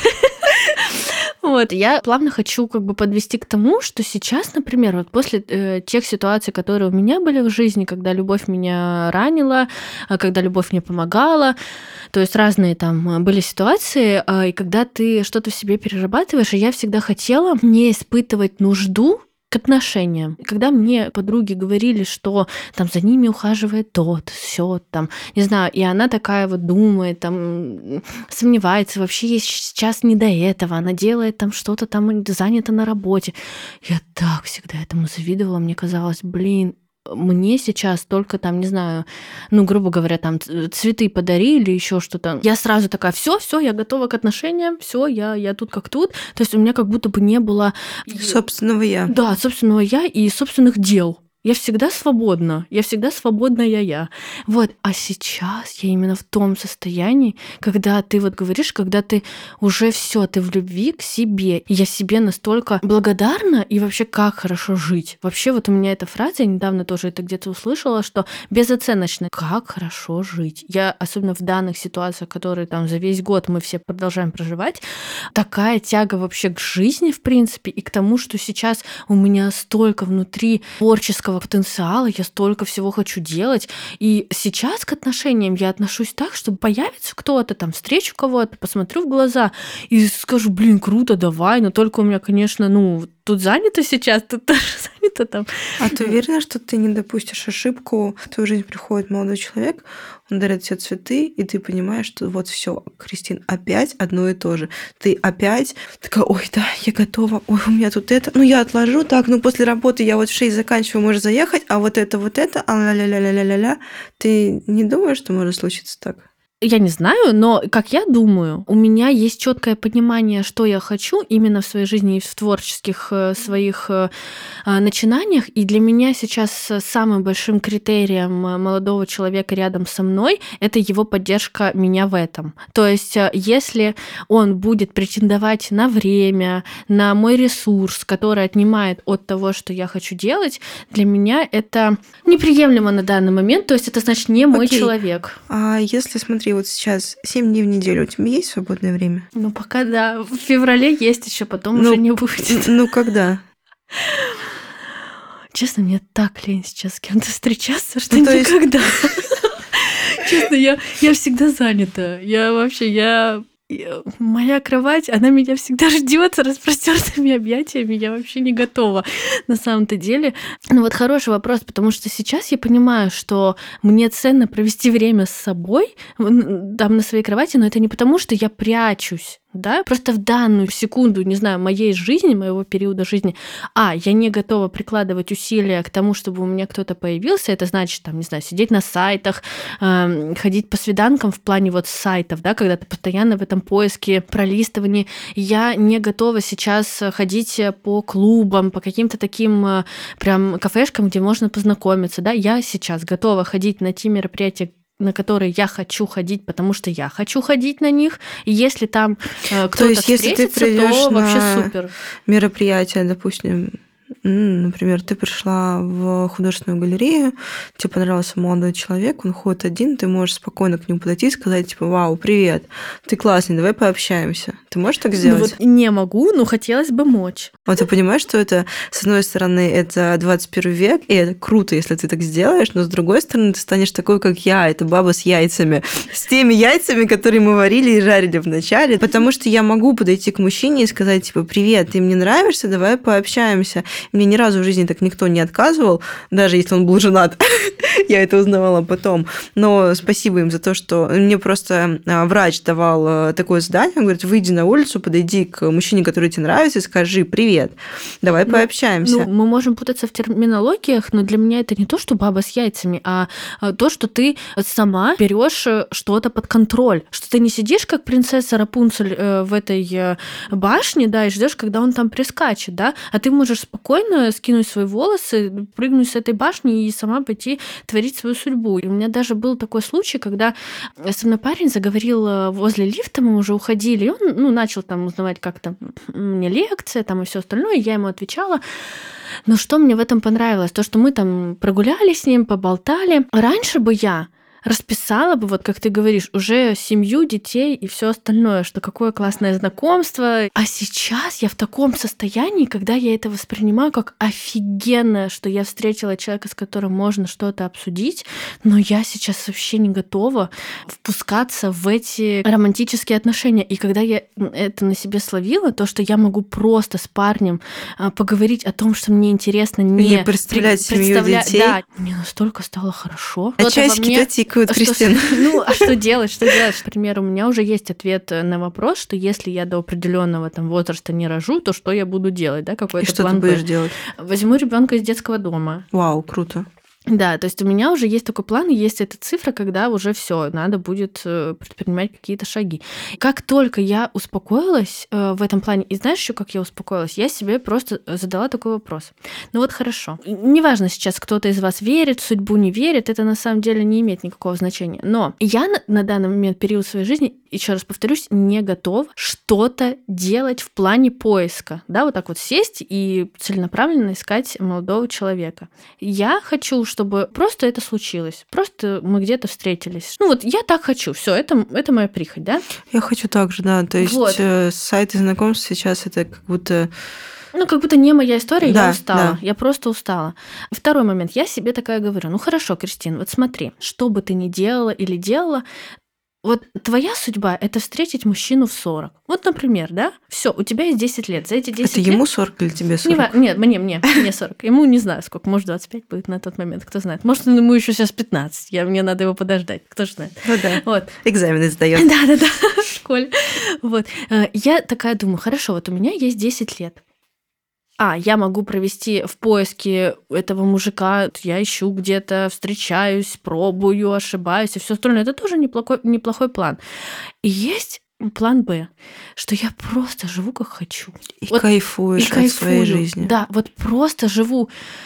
Вот, я плавно хочу как бы подвести к тому, что сейчас, например, вот после э, тех ситуаций, которые у меня были в жизни, когда любовь меня ранила, когда любовь мне помогала, то есть разные там были ситуации, э, и когда ты что-то в себе перерабатываешь, и я всегда хотела не испытывать нужду к отношениям. Когда мне подруги говорили, что там за ними ухаживает тот, сё, там, не знаю, и она такая вот думает, там, сомневается, вообще ей сейчас не до этого, она делает там что-то там, занята на работе. Я так всегда этому завидовала, мне казалось, блин, мне сейчас только там, не знаю, ну, грубо говоря, там цветы подари или еще что-то. Я сразу такая: все, все, я готова к отношениям, все, я, я тут как тут. То есть у меня как будто бы не было собственного я. Да, собственного я и собственных дел. Я всегда свободна, я всегда свободная я. Вот, а сейчас я именно в том состоянии, когда ты вот говоришь, когда ты уже все, ты в любви к себе. И я себе настолько благодарна, и вообще как хорошо жить. Вообще вот у меня эта фраза, я недавно тоже это где-то услышала, что безоценочно, как хорошо жить. Я, особенно в данных ситуациях, которые там за весь год мы все продолжаем проживать, такая тяга вообще к жизни, в принципе, и к тому, что сейчас у меня столько внутри творческого потенциала, я столько всего хочу делать. И сейчас к отношениям я отношусь так, что появится кто-то, там, встречу кого-то, посмотрю в глаза и скажу: блин, круто, давай, но только у меня, конечно, ну, тут занято сейчас, тут тоже занято там. А ты уверена, что ты не допустишь ошибку? В твою жизнь приходит молодой человек, он дарит тебе цветы, и ты понимаешь, что вот все, Кристин, опять одно и то же. Ты опять такая: ой, да, я готова, ой, у меня тут это, ну, я отложу, так, ну, после работы я вот в шесть заканчиваю, можешь заехать, а вот это, вот это, а ля-ля-ля-ля-ля-ля. Ты не думаешь, что может случиться так? Я не знаю, но, как я думаю, у меня есть четкое понимание, что я хочу именно в своей жизни и в творческих э, своих э, начинаниях. И для меня сейчас самым большим критерием молодого человека рядом со мной — это его поддержка меня в этом. То есть, если он будет претендовать на время, на мой ресурс, который отнимает от того, что я хочу делать, для меня это неприемлемо на данный момент. То есть, это значит не мой Окей. человек. А если, смотри, вот сейчас семь дней в неделю, у тебя есть свободное время? Ну, пока да. В феврале есть еще, потом ну, уже не будет. Ну, когда? Честно, мне так лень сейчас с кем-то встречаться, что ну, никогда. Есть... Честно, я, я всегда занята. Я вообще, я... Моя кровать, она меня всегда ждет с распростертыми объятиями. Я вообще не готова на самом-то деле. Ну вот хороший вопрос, потому что сейчас я понимаю, что мне ценно провести время с собой там на своей кровати, но это не потому, что я прячусь. Да, просто в данную секунду, не знаю, моей жизни, моего периода жизни, а, я не готова прикладывать усилия к тому, чтобы у меня кто-то появился, это значит, там, не знаю, сидеть на сайтах, э, ходить по свиданкам в плане вот сайтов, да, когда ты постоянно в этом поиске, пролистывании. Я не готова сейчас ходить по клубам, по каким-то таким э, прям кафешкам, где можно познакомиться, да, я сейчас готова ходить на те мероприятия, на которые я хочу ходить, потому что я хочу ходить на них. И если там э, кто-то то есть, если ты встретится, то на вообще супер. Мероприятие, допустим, М, Например, ты пришла в художественную галерею, тебе понравился молодой человек, он ходит один, ты можешь спокойно к нему подойти и сказать, типа, вау, привет, ты классный, давай пообщаемся. Ты можешь так Ну сделать? вот не могу, но хотелось бы мочь. Вот ты понимаешь, что это, с одной стороны, это двадцать первый век, и это круто, если ты так сделаешь, но с другой стороны, ты станешь такой, как я, это баба с яйцами, с теми яйцами, которые мы варили и жарили в начале, потому что я могу подойти к мужчине и сказать, типа, привет, ты мне нравишься, давай пообщаемся. Мне ни разу в жизни так никто не отказывал, даже если он был женат. Я это узнавала потом. Но спасибо им за то, что мне просто а, врач давал а, такое задание. Он говорит, выйди на улицу, подойди к мужчине, который тебе нравится, и скажи привет, давай Ну, пообщаемся. Ну, мы можем путаться в терминологиях, но для меня это не то, что баба с яйцами, а а, то, что ты сама берешь что-то под контроль, что ты не сидишь как принцесса Рапунцель э, в этой э, башне, да, и ждешь, когда он там прискачет, да, а ты можешь спокойно скинуть свои волосы, прыгнуть с этой башни и сама пойти творить свою судьбу. И у меня даже был такой случай, когда со мной парень заговорил э, возле лифта, мы уже уходили, и он ну, начал там узнавать, как там мне лекция там и все остальное, и я ему отвечала. Но что мне в этом понравилось? То, что мы там прогулялись с ним, поболтали. Раньше бы я расписала бы, вот как ты говоришь, уже семью, детей и все остальное, что какое классное знакомство. А сейчас я в таком состоянии, когда я это воспринимаю как офигенное, что я встретила человека, с которым можно что-то обсудить, но я сейчас вообще не готова впускаться в эти романтические отношения. И когда я это на себе словила, то, что я могу просто с парнем а, поговорить о том, что мне интересно, не, Не представлять при- семью, представля- детей. Да, мне настолько стало хорошо. А Кто-то во часики-то мне- тикают, что- Кристина. Ну, а что делать? Что делать? Например, у меня уже есть ответ на вопрос, что если я до определенного там возраста не рожу, то что я буду делать, да, И какой-то что ты план будешь Б. делать? Возьму ребенка из детского дома. Вау, круто. Да, то есть у меня уже есть такой план, и есть эта цифра, когда уже все, надо будет э, предпринимать какие-то шаги. Как только я успокоилась э, в этом плане, и знаешь еще, как я успокоилась? Я себе просто задала такой вопрос. Ну вот хорошо. Неважно сейчас, кто-то из вас верит в судьбу, не верит, это на самом деле не имеет никакого значения. Но я на, на данный момент, период своей жизни, еще раз повторюсь, не готова что-то делать в плане поиска. Да, вот так вот сесть и целенаправленно искать молодого человека. Я хочу, чтобы просто это случилось. Просто мы где-то встретились. Ну вот я так хочу. Все, это, это моя прихоть, да? Я хочу так же, да. То есть Вот. э, сайты знакомств сейчас это как будто... Ну, как будто не моя история, Да, я устала. да. Я просто устала. Второй момент. Я себе такая говорю, ну хорошо, Кристин, вот смотри, что бы ты ни делала или делала, вот твоя судьба – это встретить мужчину в сорок. Вот, например, да? Все, у тебя есть десять лет. За эти десять Это лет... ему сорок или тебе Не сорок? ва- Нет, мне, мне, мне сорок. Ему не знаю, сколько, может, двадцать пять будет на тот момент, кто знает. Может, ему еще сейчас пятнадцать. Я, мне надо его подождать, кто же знает. Ну да. Вот. Экзамены сдает. Да-да-да, в школе. Вот. Э, Я такая думаю, хорошо, вот у меня есть десять лет. А, я могу провести в поиске этого мужика, я ищу где-то, встречаюсь, пробую, ошибаюсь и все остальное. Это тоже неплохой, неплохой план. И есть план Б, что я просто живу как хочу. И Вот кайфуешь и от своей кайфую. жизни. Да, вот просто живу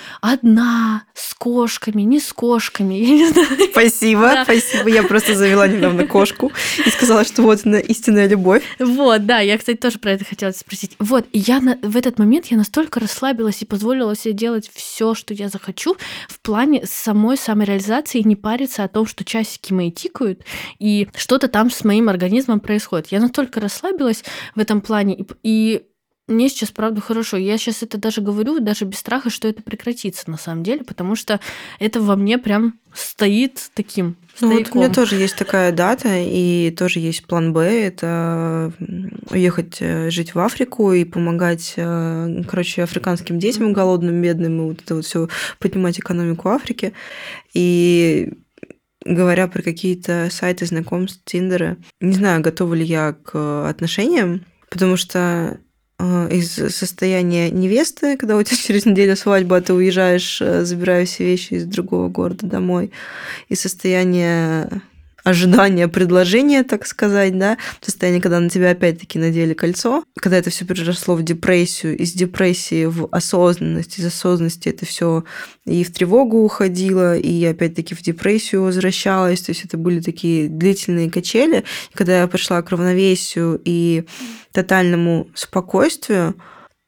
одна, с кошками, не с кошками, я не знаю. Спасибо, Да. спасибо. Я просто завела недавно кошку и сказала, что вот она истинная любовь. Вот, да, я, кстати, тоже про это хотела спросить. Вот, и я на- в этот момент я настолько расслабилась и позволила себе делать все, что я захочу в плане самой самореализации и не париться о том, что часики мои тикают и что-то там с моим организмом происходит. Я настолько расслабилась в этом плане, и, и мне сейчас, правда, хорошо. Я сейчас это даже говорю, даже без страха, что это прекратится на самом деле, потому что это во мне прям стоит таким Ну, вот у стояком. меня тоже есть такая дата, и тоже есть план Б. Это м, уехать э, жить в Африку и помогать, э, короче, африканским детям голодным, бедным, и вот это вот все поднимать экономику Африки. И говоря про какие-то сайты знакомств, Тиндеры, не знаю, готова ли я к отношениям, потому что э, из состояния невесты, когда у тебя через неделю свадьба, а ты уезжаешь, э, забирая все вещи из другого города домой, и состояние ожидания предложения, так сказать, да, состояние, когда на тебя опять-таки надели кольцо, когда это все переросло в депрессию, из депрессии в осознанность, из осознанности это все и в тревогу уходило, и опять-таки в депрессию возвращалось, то есть это были такие длительные качели. И когда я пришла к равновесию и тотальному спокойствию,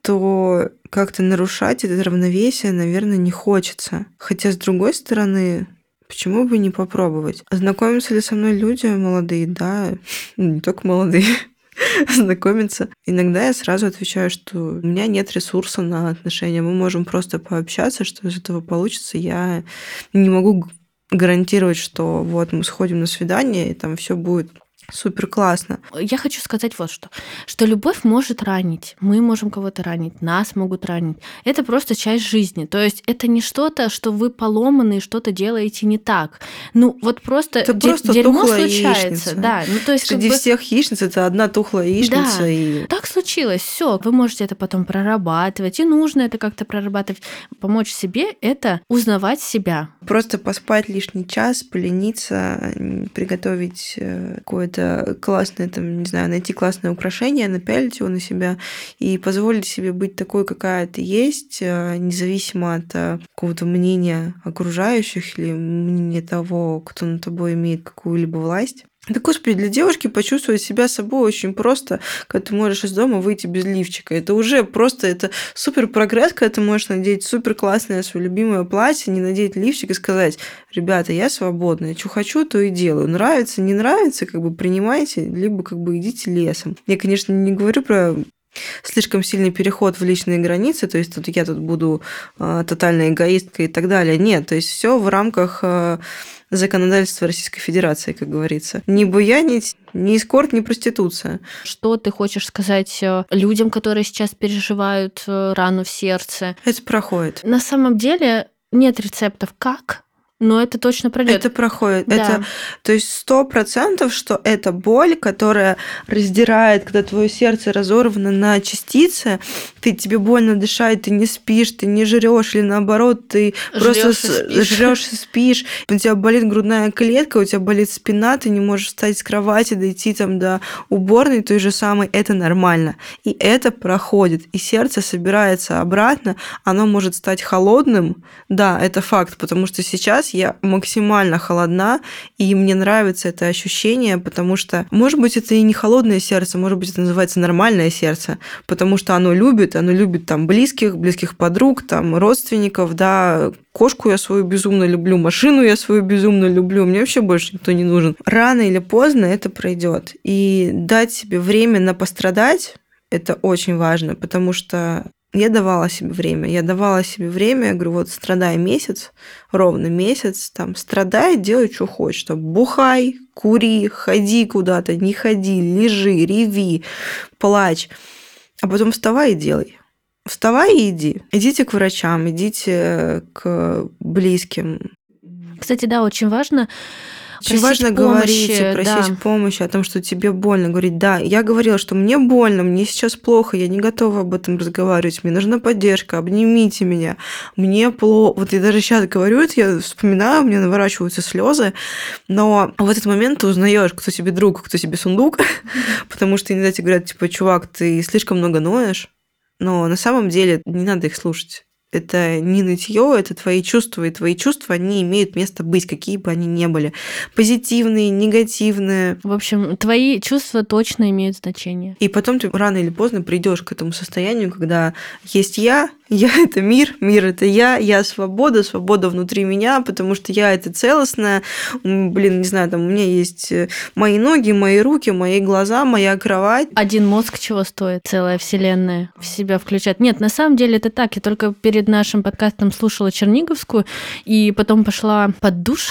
то как-то нарушать это равновесие, наверное, не хочется. Хотя, с другой стороны, почему бы не попробовать? Знакомятся ли со мной люди молодые? Да, не только молодые. Знакомиться. Иногда я сразу отвечаю, что у меня нет ресурса на отношения. Мы можем просто пообщаться, что из этого получится. Я не могу гарантировать, что вот мы сходим на свидание, и там все будет супер классно. Я хочу сказать вот что. Что любовь может ранить. Мы можем кого-то ранить, нас могут ранить. Это просто часть жизни. То есть это не что-то, что вы поломаны и что-то делаете не так. Ну, вот просто, это де- просто дерьмо тухлая случается. яичница. Да, ну, то есть, Среди как бы... всех яичниц это одна тухлая яичница. Да, и... так случилось. Все, вы можете это потом прорабатывать, и нужно это как-то прорабатывать. Помочь себе — это узнавать себя. Просто поспать лишний час, полениться, приготовить какое-то классное, там, не знаю, найти классное украшение, напялить его на себя и позволить себе быть такой, какая ты есть, независимо от какого-то мнения окружающих или мнения того, кто над тобой имеет какую-либо власть. Да, господи, для девушки почувствовать себя собой очень просто, когда ты можешь из дома выйти без лифчика. Это уже просто, это супер прогресс, когда ты можешь надеть супер классное свое любимое платье, не надеть лифчик и сказать: ребята, я свободна, что хочу, то и делаю. Нравится, не нравится, как бы принимайте, либо как бы идите лесом. Я, конечно, не говорю про слишком сильный переход в личные границы, то есть тут я тут буду э, тотальной эгоисткой и так далее. Нет, то есть все в рамках э, законодательства Российской Федерации, как говорится. Не буянить, ни эскорт, ни проституция. Что ты хочешь сказать людям, которые сейчас переживают рану в сердце? Это проходит. На самом деле нет рецептов как, но это точно пройдет. Это проходит. Да. Это, то есть сто процентов, что это боль, которая раздирает, когда твое сердце разорвано на частицы, ты тебе больно дышать, ты не спишь, ты не жрешь, или наоборот, ты Жрёшь просто и спишь. жрешь и спишь. У тебя болит грудная клетка, у тебя болит спина, ты не можешь встать с кровати, дойти там до уборной той же самой. Это нормально. И это проходит. И сердце собирается обратно, оно может стать холодным. Да, это факт, потому что сейчас я максимально холодна, и мне нравится это ощущение, потому что, может быть, это и не холодное сердце, может быть, это называется нормальное сердце, потому что оно любит, оно любит там близких, близких подруг, там родственников, да, кошку я свою безумно люблю, машину я свою безумно люблю, мне вообще больше никто не нужен. Рано или поздно это пройдет, и дать себе время на пострадать – это очень важно, потому что я давала себе время. Я давала себе время, я говорю, вот страдай месяц, ровно месяц, там, страдай, делай, что хочешь. Там, бухай, кури, ходи куда-то, не ходи, лежи, реви, плачь. А потом вставай и делай. Вставай и иди. Идите к врачам, идите к близким. Кстати, да, очень важно Очень важно помощи, говорить и просить да. помощи о том, что тебе больно. Говорить, да, я говорила, что мне больно, мне сейчас плохо, я не готова об этом разговаривать, мне нужна поддержка, обнимите меня, мне плохо. Вот я даже сейчас говорю это, я вспоминаю, у меня наворачиваются слезы, но в этот момент ты узнаешь, кто тебе друг, кто тебе сундук, потому что иногда тебе говорят, типа, чувак, ты слишком много ноешь, но на самом деле не надо их слушать. Это не нытье, это твои чувства, и твои чувства, они имеют место быть, какие бы они ни были. Позитивные, негативные. В общем, твои чувства точно имеют значение. И потом ты рано или поздно придешь к этому состоянию, когда есть я, я — это мир, мир — это я, я — свобода, свобода внутри меня, потому что я — это целостная. Блин, не знаю, там у меня есть мои ноги, мои руки, мои глаза, моя кровать. Один мозг чего стоит? Целая вселенная в себя включать. Нет, на самом деле это так. Я только перед нашим подкастом слушала Черниговскую, и потом пошла под душ,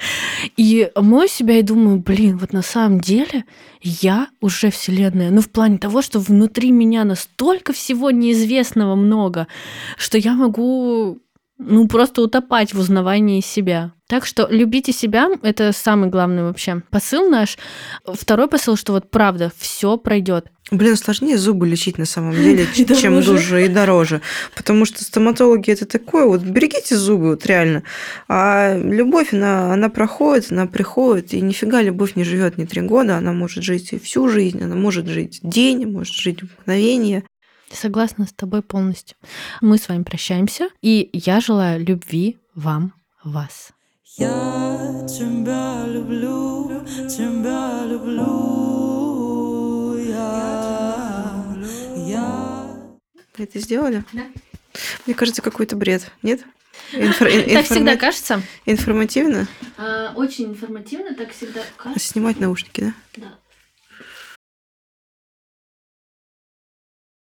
и мою себя и думаю, блин, вот на самом деле я уже вселенная. Ну, в плане того, что внутри меня настолько всего неизвестного много, что я могу, ну, просто утопать в узнавании себя. Так что любите себя, это самый главный вообще посыл наш. Второй посыл, что вот правда, все пройдет. Блин, сложнее зубы лечить на самом деле, чем душу, и дороже. Потому что стоматологи — это такое, вот берегите зубы, вот реально. А любовь, она, она проходит, она приходит, и нифига любовь не живет не три года, она может жить и всю жизнь, она может жить день, может жить мгновение. Согласна с тобой полностью. Мы с вами прощаемся, и я желаю любви вам, вас. Я тебя люблю, тебя люблю, я, я. Мы это сделали? Да. Мне кажется, какой-то бред, нет? Инфор- ин- Так всегда информа- кажется. Информативно? Очень информативно, так всегда кажется. Снимать наушники, да? Да.